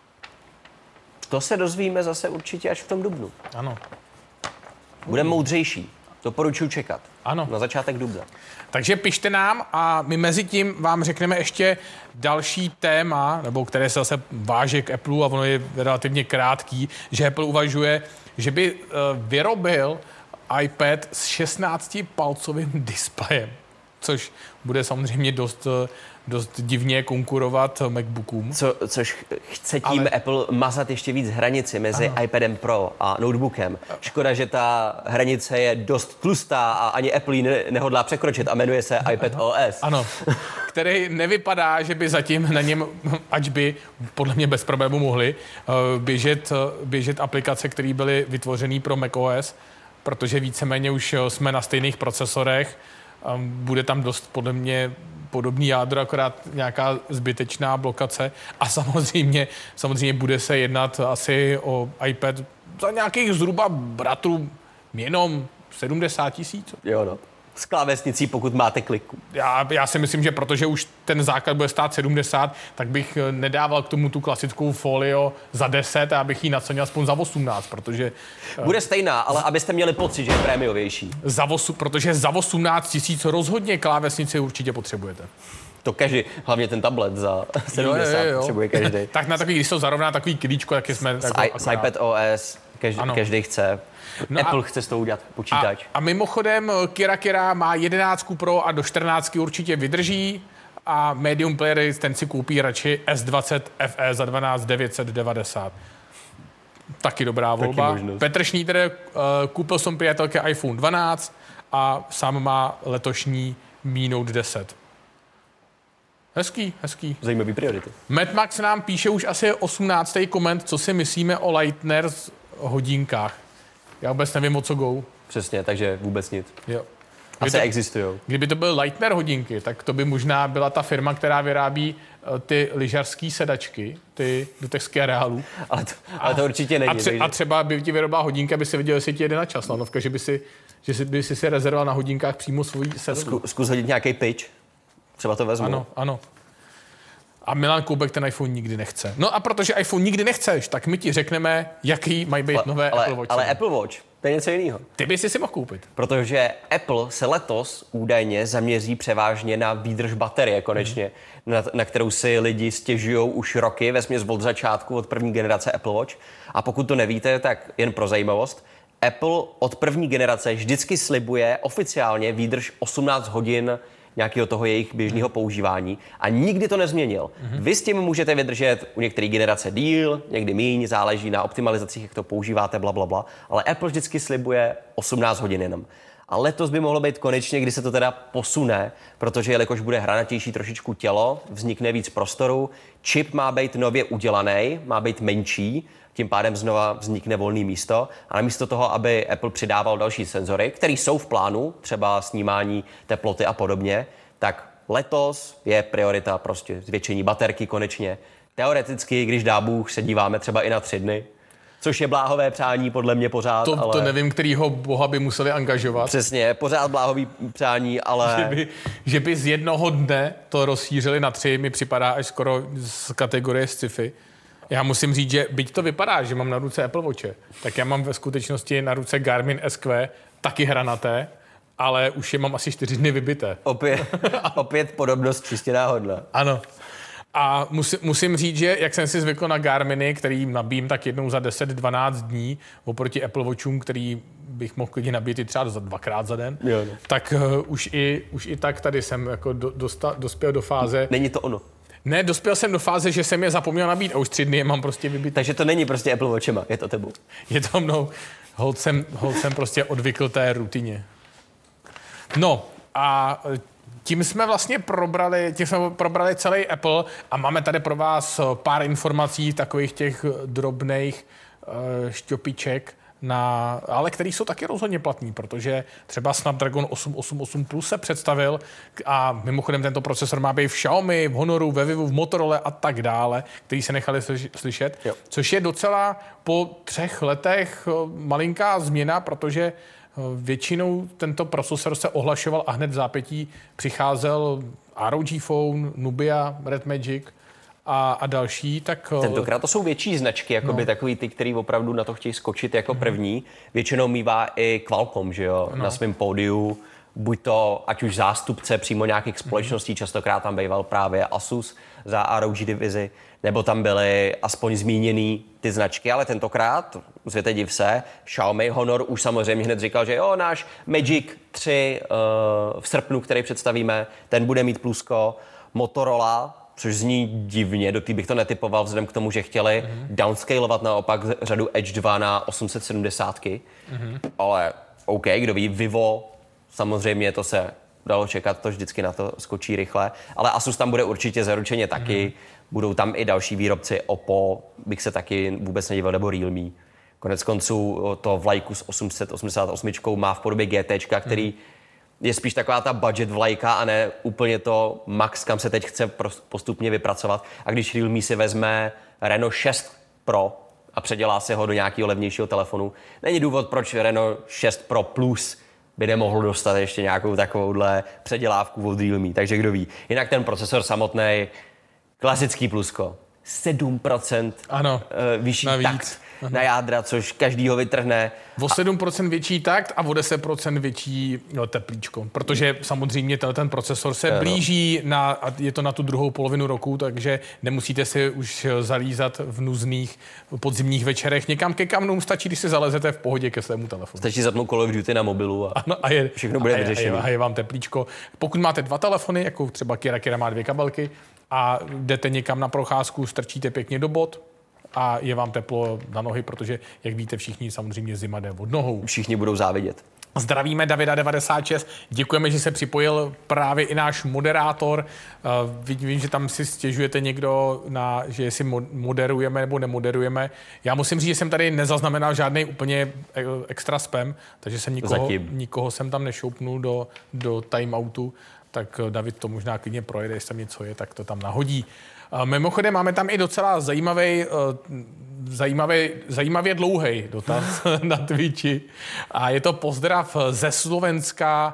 To se dozvíme zase určitě až v tom dubnu. Ano. Budeme moudřejší. Doporučuji čekat. Ano. Na začátek dubna. Takže pište nám a my mezi tím vám řekneme ještě další téma, nebo které se zase váže k Apple a ono je relativně krátký, že Apple uvažuje, že by vyrobil iPad s 16-palcovým displejem, což bude samozřejmě dost divně konkurovat MacBookům. Což chce tím Apple mazat ještě víc hranici mezi iPadem Pro a notebookem. Škoda, že ta hranice je dost tlustá a ani Apple ji nehodlá překročit a jmenuje se iPad OS. Ano, který nevypadá, že by zatím na něm, ač by podle mě bez problému mohly, běžet aplikace, které byly vytvořené pro macOS, protože víceméně už jsme na stejných procesorech. Bude tam dost podle mě podobný jádro, akorát nějaká zbytečná blokace a samozřejmě bude se jednat asi o iPad za nějakých zhruba bratrů jenom 70 000. Jo no. s klávesnicí, pokud máte kliku. Já si myslím, že protože už ten základ bude stát 70, tak bych nedával k tomu tu klasickou folio za 10 a abych ji nacenil aspoň za 18, protože... Bude stejná, ale abyste měli pocit, že je prémiovější. Protože za 18 000 rozhodně klávesnici určitě potřebujete. To každý, hlavně ten tablet za 70 potřebuje každý. Tak na takový, když to zarovná takový klíčko, tak jsme... S iPad OS každý chce. No Apple chce s tou udělat počítač. A mimochodem Kira má 11 Pro a do 14 určitě vydrží a medium playery ten si koupí radši S20 FE za 12 990. Taky dobrá volba. Taky Petr Šnídr koupil jsem přátelky iPhone 12 a sám má letošní Mi Note 10. Hezký. Zajímavý priority. Mad Max nám píše už asi 18. koment, co si myslíme o Lightners hodinkách. Já vůbec nevím, o co go. Přesně, takže vůbec nic. Jo. Asi existujou. Kdyby to byly Lightner hodinky, tak to by možná byla ta firma, která vyrábí ty lyžařský sedačky, ty do těch areálů. Ale to určitě není. A třeba by ti vyrobila hodinka, aby si viděl, jestli ti jede na čas. Lanovka, že by si rezervoval na hodinkách přímo svůj sedadlu. Zkus hodit nějaký pitch. Třeba to vezmu. Ano. A Milan Koubek ten iPhone nikdy nechce. No a protože iPhone nikdy nechceš, tak my ti řekneme, jaký mají být nové Apple Watch. Ale Apple Watch, to je něco jiného. Ty bys si mohl koupit. Protože Apple se letos údajně zaměří převážně na výdrž baterie konečně, na kterou si lidi stěžují už roky, vesměs od začátku, od první generace Apple Watch. A pokud to nevíte, tak jen pro zajímavost, Apple od první generace vždycky slibuje oficiálně výdrž 18 hodin nějakého toho jejich běžného používání a nikdy to nezměnil. Vy s tím můžete vydržet u některé generace díl, někdy míň, záleží na optimalizacích, jak to používáte, blablabla, ale Apple vždycky slibuje 18 hodin jenom. A letos by mohlo být konečně, kdy se to teda posune, protože jelikož bude hranatější trošičku tělo, vznikne víc prostoru, čip má být nově udělaný, má být menší, tím pádem znova vznikne volné místo a namísto toho, aby Apple přidával další senzory, které jsou v plánu, třeba snímání teploty a podobně, tak letos je priorita prostě zvětšení baterky konečně. Teoreticky, když dá Bůh, se díváme třeba i na 3 dny, což je bláhové přání podle mě pořád, ale... To nevím, kterýho boha by museli angažovat. Přesně, pořád bláhový přání, ale... Že by z jednoho dne to rozšířili na 3, mi připadá až skoro z kategorie sci-fi. Já musím říct, že byť to vypadá, že mám na ruce Apple Watche, tak já mám ve skutečnosti na ruce Garmin SQ, taky hranaté, ale už je mám asi 4 dny vybité. Opět podobnost čistě náhodná. Ano. A musím říct, že jak jsem si zvykl na Garminy, který nabím tak jednou za 10-12 dní, oproti Apple Watchům, který bych mohl klidně nabít i třeba za 2krát za den, tak už i tak tady jsem jako dospěl do fáze... Není to ono. Ne, dospěl jsem do fáze, že jsem je zapomněl nabít a už 3 dny je mám prostě vybít. Takže to není prostě Apple Watchema, je to tebou. Je to mnou. Holt jsem prostě odvykl té rutině. No a tím jsme vlastně probrali celý Apple a máme tady pro vás pár informací, takových těch drobných šťopiček, ale který jsou taky rozhodně platný, protože třeba Snapdragon 888 Plus se představil a mimochodem tento procesor má být v Xiaomi, v Honoru, ve Vivu, v Motorola a tak dále, který se nechali slyšet, což je docela po 3 letech malinká změna, protože většinou tento procesor se ohlašoval a hned v zápětí přicházel ROG Phone, Nubia, Red Magic a další, tak... Tentokrát to jsou větší značky, jakoby takový ty, který opravdu na to chtějí skočit jako první. Většinou mívá i Qualcomm, že jo, na svém pódiu. Buď to, ať už zástupce přímo nějakých společností, častokrát tam býval právě Asus za ROG divizi, nebo tam byly aspoň zmíněný ty značky, ale tentokrát, světe div se, Xiaomi, Honor už samozřejmě hned říkal, že jo, náš Magic 3 v srpnu, který představíme, ten bude mít plusko. Motorola, což zní divně, do té bych to netypoval vzhledem k tomu, že chtěli downscalovat naopak řadu Edge 2 na 870. Ale OK, kdo ví, Vivo, samozřejmě to se dalo čekat, to vždycky na to skočí rychle, ale Asus tam bude určitě zaručeně taky, budou tam i další výrobci, Oppo, bych se taky vůbec nedíval, nebo Realme. Konec konců to vlajku s 888 má v podobě GT, který je spíš taková ta budget vlajka a ne úplně to max, kam se teď chce postupně vypracovat. A když Realme si vezme Reno 6 Pro a předělá se ho do nějakého levnějšího telefonu, není důvod, proč Reno 6 Pro Plus by nemohl dostat ještě nějakou takovouhle předělávku od Realme, takže kdo ví. Jinak ten procesor samotný, klasický plusko, 7% vyšší navíc. takt na jádra, což každýho vytrhne. O 7% větší takt a o 10% větší teplíčko, protože samozřejmě ten procesor se blíží a je to na tu druhou polovinu roku, takže nemusíte si už zalízat v nuzných podzimních večerech někam ke kamnům, stačí, když si zalezete v pohodě ke svému telefonu. Stačí zapnout Call of Duty na mobilu a všechno bude vyřešené. A je vám teplíčko. Pokud máte 2 telefony, jako třeba Kira má 2 kabelky, a jdete někam na procházku, strčíte pěkně do bot a je vám teplo na nohy, protože, jak víte všichni, samozřejmě zima jde od nohou. Všichni budou závidět. Zdravíme Davida96, děkujeme, že se připojil právě i náš moderátor. Vím, že tam si stěžujete někdo, že jestli moderujeme nebo nemoderujeme. Já musím říct, že jsem tady nezaznamenal žádný úplně extra spam, takže jsem nikoho jsem tam nešoupnul do timeoutu. Tak David to možná klidně projede, jestli tam něco je, tak to tam nahodí. Mimochodem máme tam i docela zajímavě dlouhý dotaz na Twitchi. A je to pozdrav ze Slovenska.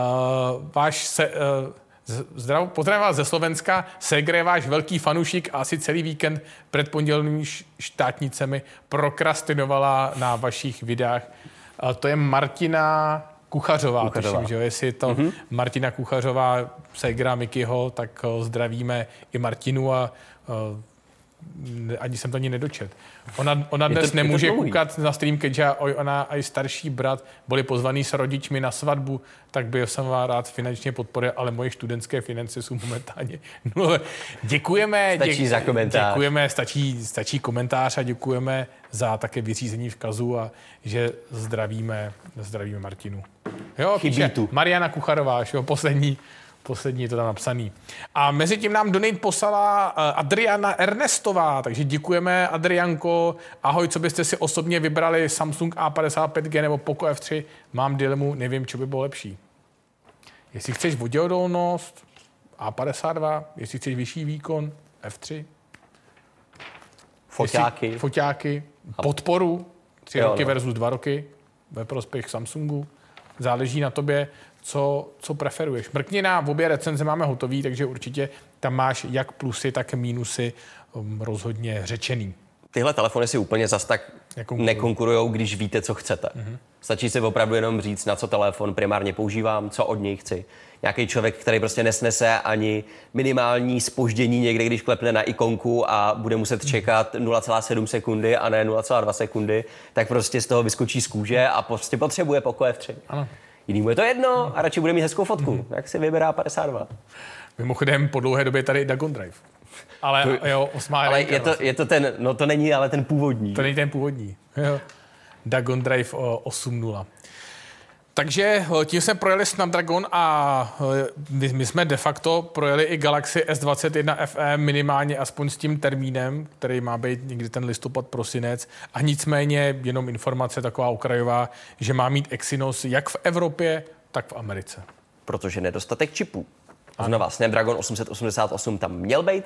Pozdravím vás ze Slovenska. Segre, váš velký fanoušik, a asi celý víkend před pondělními štátnicemi prokrastinovala na vašich videách. To je Martina Kuchařová. Tuším, že jo? Jestli je to Martina Kuchařová, ségra Mikyho, tak zdravíme i Martinu a ani jsem to ani nedočet. Ona dnes nemůže koukat na stream, keďže ona a i starší brat byli pozvaný s rodičmi na svatbu, tak by jsem vás rád finančně podporil, ale moje studentské finance jsou momentálně nulové. Děkujeme. Stačí za komentář. Děkujeme, stačí komentář a děkujeme za také vyřízení vzkazu a že zdravíme Martinu. Jo, chybí tu. Mariana Kucharová, jo, poslední je to tam napsaný. A mezi tím nám donate poslala Adriana Ernestová, takže děkujeme, Adrianko. Ahoj, co byste si osobně vybrali, Samsung A55G nebo Poco F3? Mám dilemu, nevím, co by bylo lepší. Jestli chceš voděodolnost, A52, jestli chceš vyšší výkon, F3. Foťáky, podporu, 3 roky versus 2 roky, ve prospěch Samsungu. Záleží na tobě, co preferuješ. Mrkni na obě recenze, máme hotový, takže určitě tam máš jak plusy, tak minusy rozhodně řečený. Tyhle telefony si úplně zas tak nekonkurujou, když víte, co chcete. Stačí si opravdu jenom říct, na co telefon primárně používám, co od něj chci. Nějaký člověk, který prostě nesnese ani minimální zpoždění někde, když klepne na ikonku a bude muset čekat 0,7 sekundy a ne 0,2 sekundy, tak prostě z toho vyskočí z kůže a prostě potřebuje Poco F3. Ano. Jinýmu je to jedno a radši bude mít hezkou fotku. Tak si vyberá 52. Mimochodem, po dlouhé době tady Dagon Drive. Ale jo, 8. Ale je to ten, no to není ale ten původní. To není ten původní. Jo. Dagon Drive 8.0. Takže tím jsme projeli Snapdragon a my jsme de facto projeli i Galaxy S21 FE minimálně aspoň s tím termínem, který má být někdy ten listopad, prosinec. A nicméně jenom informace taková okrajová, že má mít Exynos jak v Evropě, tak v Americe. Protože nedostatek čipů. Znova, Snapdragon 888 tam měl být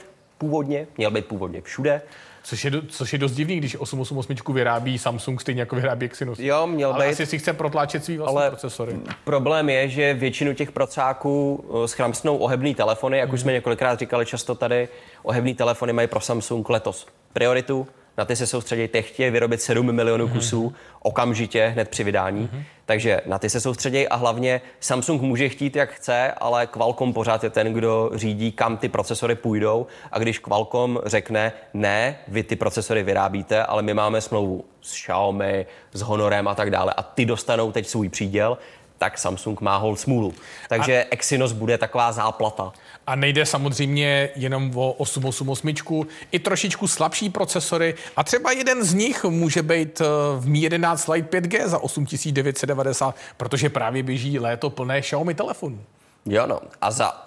původně všude. Což je dost divný, když 888 vyrábí Samsung stejně jako vyrábí Exynos. Jo, měl být. Ale asi si chce protláčet svý vlastní procesory. Problém je, že většinu těch procáků schramstnou ohebný telefony, jak už jsme několikrát říkali často tady, ohebný telefony mají pro Samsung letos prioritu. Na ty se soustředí, teď chtějí vyrobit 7 milionů kusů okamžitě, hned při vydání. Takže na ty se soustředí a hlavně Samsung může chtít, jak chce, ale Qualcomm pořád je ten, kdo řídí, kam ty procesory půjdou. A když Qualcomm řekne, ne, vy ty procesory vyrábíte, ale my máme smlouvu s Xiaomi, s Honorem a tak dále a ty dostanou teď svůj příděl, tak Samsung má hold smůlu. Takže Exynos bude taková záplata. A nejde samozřejmě jenom o 888, i trošičku slabší procesory a třeba jeden z nich může být v Mi 11 Lite 5G za 8990, protože právě běží léto plné Xiaomi telefonů. Jo no, a za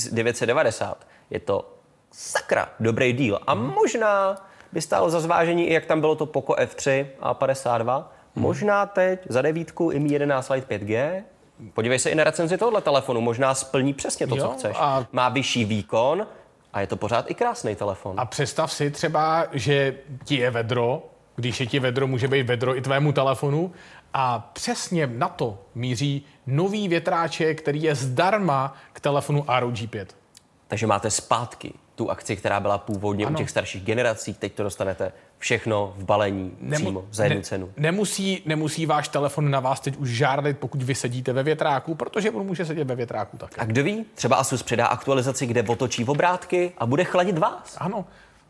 8990 je to sakra dobrý deal. A možná by stálo za zvážení, i jak tam bylo to Poco F3 a 52, možná teď za 9 i Mi 11 Lite 5G. Podívej se i na recenzi tohoto telefonu, možná splní přesně to, co chceš. Má vyšší výkon a je to pořád i krásný telefon. A představ si třeba, že ti je vedro, Když je ti vedro, může být vedro i tvému telefonu. A přesně na to míří nový větráček, který je zdarma k telefonu ROG 5. Takže máte zpátky tu akci, která byla původně u těch starších generací. Teď to dostanete všechno v balení přímo za jednu cenu. Nemusí váš telefon na vás teď už žárlit, pokud vy sedíte ve větráku, protože on může sedět ve větráku také. A kdo ví, třeba Asus přidá aktualizaci, kde otočí obrátky a bude chladit vás. Ano.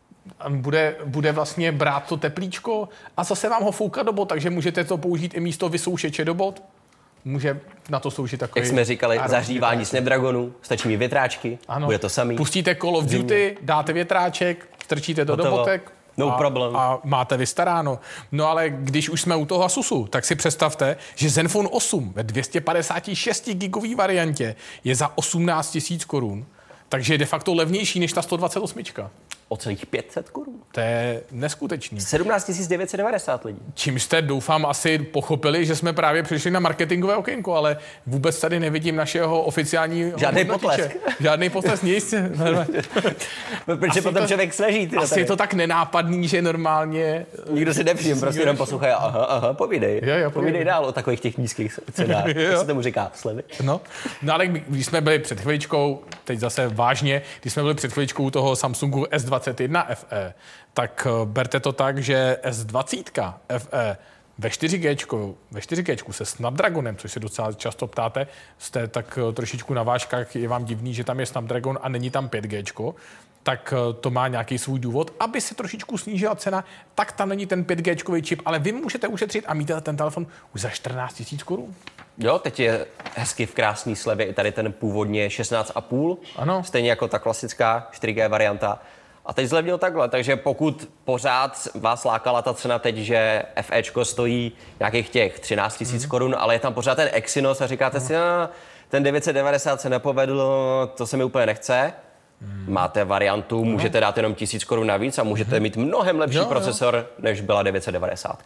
Bude vlastně brát to teplíčko a zase vám ho foukat do bod, takže můžete to použít i místo vysoušeče do bod. Může na to sloužit takový... Jak jsme říkali, zahřívání Snapdragonu, stačí mi větráčky, ano. Bude to samý. Pustíte Call of Duty, dáte větráček, strčíte to do botek a máte vystaráno. No ale když už jsme u toho Asusu, tak si představte, že Zenfone 8 ve 256 gigový variantě je za 18 000 korun, takže je de facto levnější než ta 128. O celých 500 korun. To je neskutečný. 17 990 lidí. Čím jste, doufám, asi pochopili, že jsme právě přišli na marketingové okénko, ale vůbec tady nevidím našeho oficiálního... Žádný potlesk. Žádný potlesk, nic. Protože potom člověk sleží. Asi je to tak nenápadný, že normálně... Nikdo si nevšim, prostě jenom poslouchají. Aha, povídej. Povídej dál o takových těch nízkých cenách. Jak se tomu říká? Slevy? No ale když jsme byli před chviličkou, teď zase vážně, když jsme byli před chviličkou u toho Samsungu S21 FE, tak berte to tak, že S20 FE ve 4G se Snapdragonem, což se docela často ptáte, jste tak trošičku na vážkách, je vám divný, že tam je Snapdragon a není tam 5G, tak to má nějaký svůj důvod, aby se trošičku snížila cena, tak tam není ten 5G čip, ale vy můžete ušetřit a mít ten telefon už za 14 000 korun. Jo, teď je hezky v krásný slevě i tady ten původně 16,5. Ano. Stejně jako ta klasická 4G varianta. A teď zlevnil takhle, takže pokud pořád vás lákala ta cena teď, že FEčko stojí nějakých těch 13 000 korun, ale je tam pořád ten Exynos a říkáte si, ten 990 se nepovedl, to se mi úplně nechce. Máte variantu, můžete dát jenom 1000 korun navíc a můžete mít mnohem lepší procesor, než byla 990.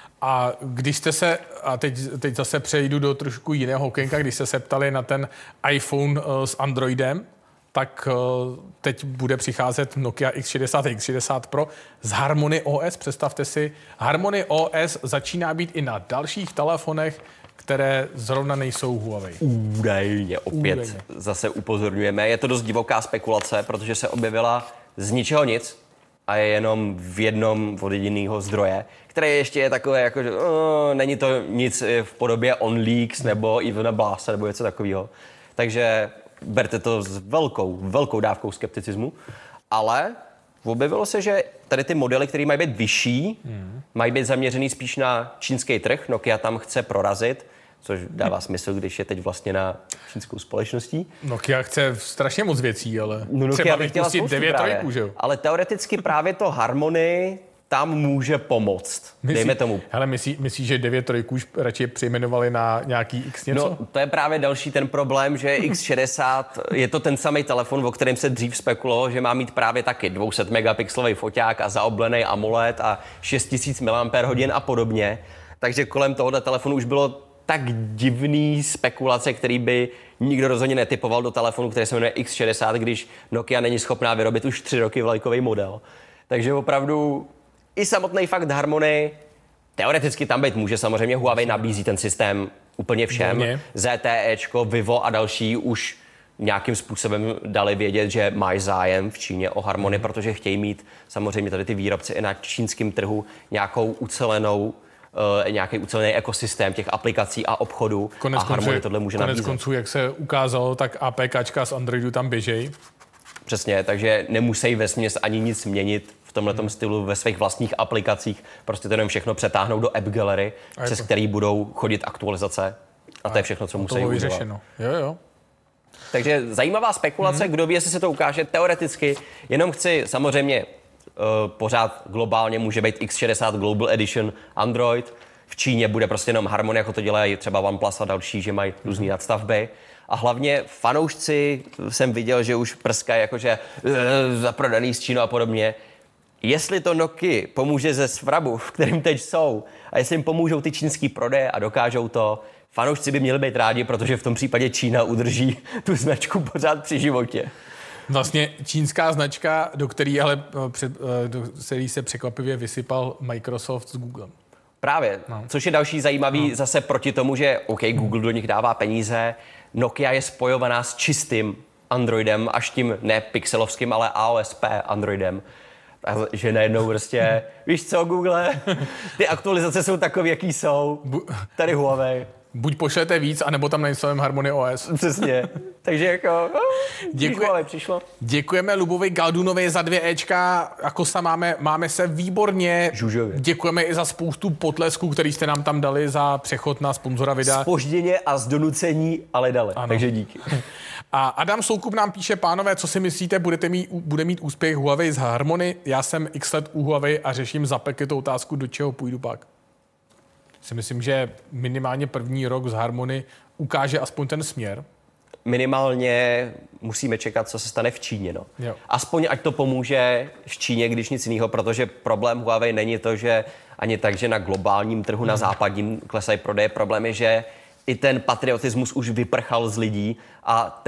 A když jste se, a teď zase přejdu do trošku jiného okénka, když jste se ptali na ten iPhone s Androidem, tak teď bude přicházet Nokia X60 a X60 Pro z Harmony OS. Představte si, Harmony OS začíná být i na dalších telefonech, které zrovna nejsou Huawei. Údajně, opět zase upozorňujeme. Je to dost divoká spekulace, protože se objevila z ničeho nic a je jenom v jednom od jediného zdroje, které ještě je takové, jako, že není to nic v podobě OnLeaks nebo Ivana Blasa nebo něco takového. Takže berte to s velkou dávkou skepticismu, ale objevilo se, že tady ty modely, které mají být vyšší, mají být zaměřený spíš na čínský trh. Nokia tam chce prorazit, což dává smysl, když je teď vlastně na čínskou společností. Nokia chce strašně moc věcí, ale Nokia by chtěla pustit 9.3, že jo? Ale teoreticky právě to Harmony tam může pomoct. Dejme tomu. Hele, myslíš, že 9.3 už radši přejmenovali na nějaký X něco? No, to je právě další ten problém, že X60 je to ten samý telefon, o kterém se dřív spekulovalo, že má mít právě taky 200 megapixelový foťák a zaoblený AMOLED a 6000 mAh a podobně. Takže kolem tohoto telefonu už bylo tak divný spekulace, který by nikdo rozhodně netypoval do telefonu, který se jmenuje X60, když Nokia není schopná vyrobit už 3 roky vlajkový model. Takže opravdu i samotný fakt Harmony teoreticky tam být může. Samozřejmě Huawei nabízí ten systém úplně všem. ZTEčko, Vivo a další už nějakým způsobem dali vědět, že mají zájem v Číně o Harmony, protože chtějí mít samozřejmě tady ty výrobci i na čínském trhu nějaký ucelený ekosystém těch aplikací a obchodů. Konec a Harmony tohle může nabízet. Konec konců, jak se ukázalo, tak APKčka z Androidu tam běžejí. Přesně, takže nemusí vesměs ani nic měnit v tomhletom stylu ve svých vlastních aplikacích. Prostě to jenom všechno přetáhnou do App Gallery, přes který budou chodit aktualizace. A to je všechno, co musí udělat. Jo. Takže zajímavá spekulace, kdo ví, jestli se to ukáže teoreticky. Jenom chci samozřejmě pořád globálně může být X60 Global Edition Android. V Číně bude prostě jenom Harmony, jako to dělají třeba OnePlus a další, že mají různý nadstavby. A hlavně fanoušci jsem viděl, že už prskají jakože zaprodaný z Čínu a podobně. Jestli to Nokia pomůže ze svrabu, v kterém teď jsou, a jestli jim pomůžou ty čínský prodeje a dokážou to, fanoušci by měli být rádi, protože v tom případě Čína udrží tu značku pořád při životě. Vlastně čínská značka, do který se překvapivě vysypal Microsoft s Googlem. Právě, což je další zajímavý zase proti tomu, že Google do nich dává peníze, Nokia je spojovaná s čistým Androidem, až tím ne pixelovským, ale AOSP Androidem. Takže najednou prostě, víš co, Google, ty aktualizace jsou takové, jaký jsou, tady Huawei. Buď pošlete víc, anebo tam nainstalujeme Harmony OS. Přesně. Takže jako, Huawei přišlo. Děkujeme Lubovi Galdunovi za 2 Ečka, jako se máme se výborně. Žužově. Děkujeme i za spoustu potlesků, který jste nám tam dali za přechod na sponzora videa. Zpožděně a z donucení, ale dali. Ano. Takže díky. A Adam Soukup nám píše, pánové, co si myslíte, bude mít úspěch Huawei z Harmony? Já jsem x let u Huawei a řeším tu otázku, do čeho půjdu pak. Si myslím, že minimálně první rok z Harmony ukáže aspoň ten směr. Minimálně musíme čekat, co se stane v Číně. No. Aspoň ať to pomůže v Číně, když nic jiného, protože problém Huawei není to, že ani tak, že na globálním trhu, na západním klesají prodeje. Problém je, že i ten patriotismus už vyprchal z lidí a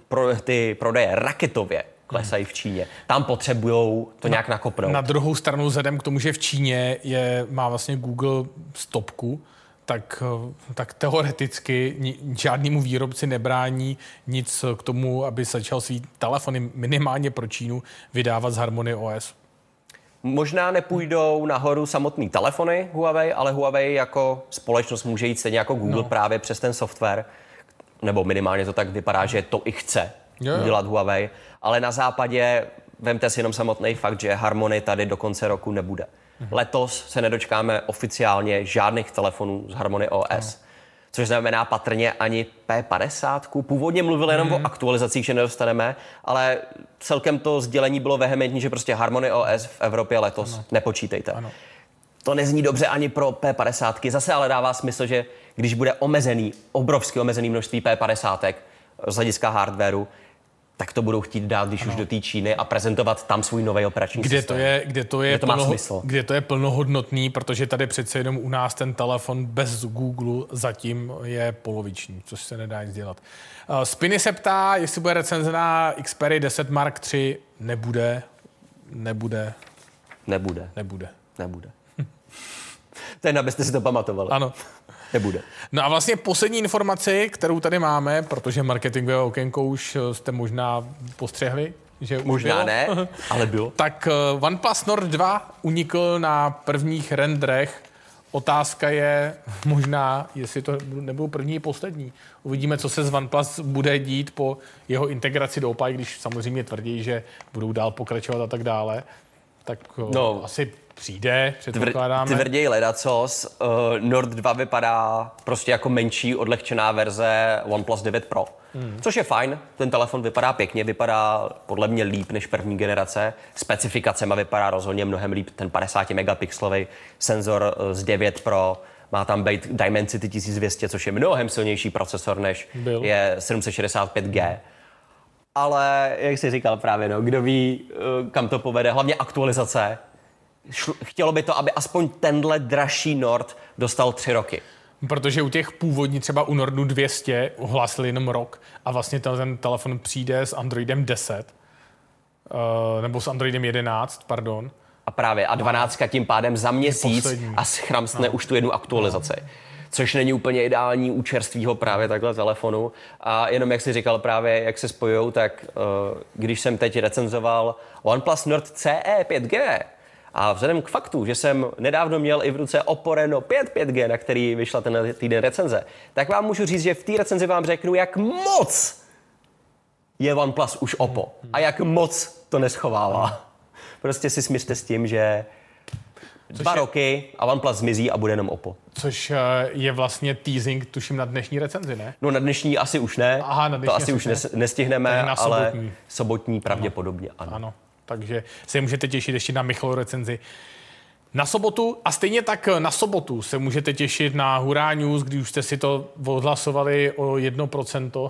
ty prodeje raketově klesají v Číně. Tam potřebujou to nějak nakopnout. Na druhou stranu, vzhledem k tomu, že v Číně má vlastně Google stopku, tak teoreticky žádnému výrobci nebrání nic k tomu, aby začal svý telefony minimálně pro Čínu vydávat z Harmony OS. Možná nepůjdou nahoru samotný telefony Huawei, ale Huawei jako společnost může jít stejně jako Google právě přes ten software, nebo minimálně to tak vypadá, že to i chce udělat Huawei, ale na západě vemte si jenom samotný fakt, že Harmony tady do konce roku nebude. Letos se nedočkáme oficiálně žádných telefonů z Harmony OS, což znamená patrně ani P50. Původně mluvil jenom o aktualizacích, že nedostaneme, ale celkem to sdělení bylo vehementní, že prostě Harmony OS v Evropě letos nepočítejte. Ano. To nezní dobře ani pro P50. Zase ale dává smysl, že když bude obrovsky omezený množství P50 z hlediska hardwareu, tak to budou chtít dát, když už do té Číny a prezentovat tam svůj nový operační systém. Kde to je plnohodnotný, protože tady přece jenom u nás ten telefon bez Google zatím je poloviční, což se nedá nic dělat. Spiny se ptá, jestli bude recenze na Xperia 10 Mark III. Nebude. To jen abyste si to pamatovali. Ano. Nebude. No a vlastně poslední informaci, kterou tady máme, protože marketingové okénko už jste možná postřehli, že už možná bylo. Ne, ale bylo. Tak OnePlus Nord 2 unikl na prvních renderech. Otázka je možná, jestli to nebudou první i poslední. Uvidíme, co se z OnePlus bude dít po jeho integraci do Oppo, když samozřejmě tvrdí, že budou dál pokračovat a tak dále. Tak asi přijde, předpokládáme. Tvrději ledacos. Nord 2 vypadá prostě jako menší, odlehčená verze OnePlus 9 Pro. Což je fajn, ten telefon vypadá pěkně, vypadá podle mě líp než první generace. Specifikacema vypadá rozhodně mnohem líp, ten 50 megapixelový senzor z 9 Pro. Má tam být Dimensity 1200, což je mnohem silnější procesor, než je 765G. Ale, jak jsi říkal právě, kdo ví, kam to povede, hlavně aktualizace. Chtělo by to, aby aspoň tenhle dražší Nord dostal 3 roky. Protože u těch původní, třeba u Nordu 200, ohlásili jenom rok a vlastně ten telefon přijde s Androidem 10, nebo s Androidem 11, pardon. A právě, a 12 tím pádem za měsíc a schramstne už tu jednu aktualizaci. Což není úplně ideální u čerstvýho právě takhle telefonu. A jenom jak jsi říkal právě, jak se spojujou, tak když jsem teď recenzoval OnePlus Nord CE 5G, a vzhledem k faktu, že jsem nedávno měl i v ruce Oppo Reno 5 5G, na který vyšla ten týden recenze, tak vám můžu říct, že v té recenzi vám řeknu, jak moc je OnePlus už Oppo a jak moc to neschovává. Prostě si smířte s tím, že 2 roky a OnePlus zmizí a bude jenom Oppo. Což je vlastně teasing, tuším, na dnešní recenzi, ne? No na dnešní asi už ne, to asi už nestihneme, ale sobotní pravděpodobně ano. Takže se můžete těšit ještě na Michalovu recenzi na sobotu. A stejně tak na sobotu se můžete těšit na Hurá News, kdy už jste si to odhlasovali o 1%.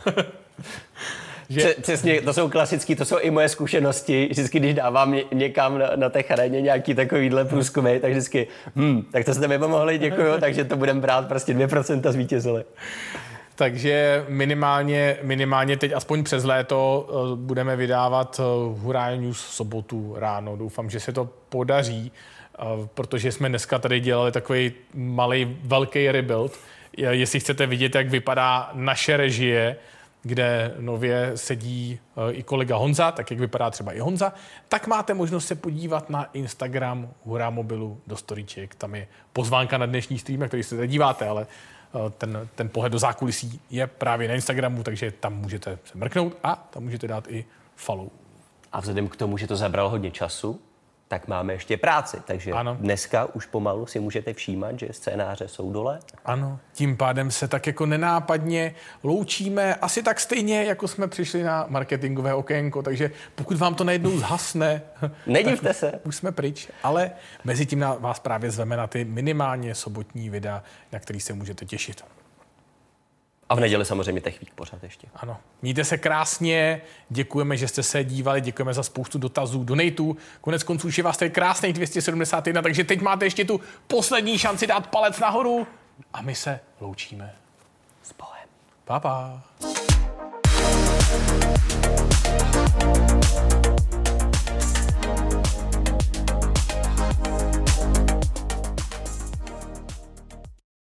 Přesně, to jsou klasický, to jsou i moje zkušenosti. Vždycky, když dávám někam na té charéně nějaký takovýhle průzkumy, tak vždycky, tak to jste mi pomohli, děkuju, takže to budeme brát, prostě 2% zvítězili. Takže minimálně teď aspoň přes léto budeme vydávat Hurá News v sobotu ráno. Doufám, že se to podaří, protože jsme dneska tady dělali takový malý, velký rebuild. Jestli chcete vidět, jak vypadá naše režie, kde nově sedí i kolega Honza, tak jak vypadá třeba i Honza, tak máte možnost se podívat na Instagram Hurá Mobilu do storíček. Tam je pozvánka na dnešní stream, na který se díváte, ale ten pohled do zákulisí je právě na Instagramu, takže tam můžete se mrknout a tam můžete dát i follow. A vzhledem k tomu, že to zabralo hodně času, tak máme ještě práci. Takže ano. Dneska už pomalu si můžete všímat, že scénáře jsou dole. Ano, tím pádem se tak jako nenápadně loučíme, asi tak stejně, jako jsme přišli na marketingové okénko, takže pokud vám to najednou zhasne, nedivte se. Už jsme pryč, ale mezi tím vás právě zveme na ty minimálně sobotní videa, na který se můžete těšit. A v neděli samozřejmě Tech Week pořád ještě. Ano. Mějte se krásně, děkujeme, že jste se dívali, děkujeme za spoustu dotazů, donatů. Konec konců už je vás tady krásných 271, takže teď máte ještě tu poslední šanci dát palec nahoru a my se loučíme. S Bohem. Pa, pa.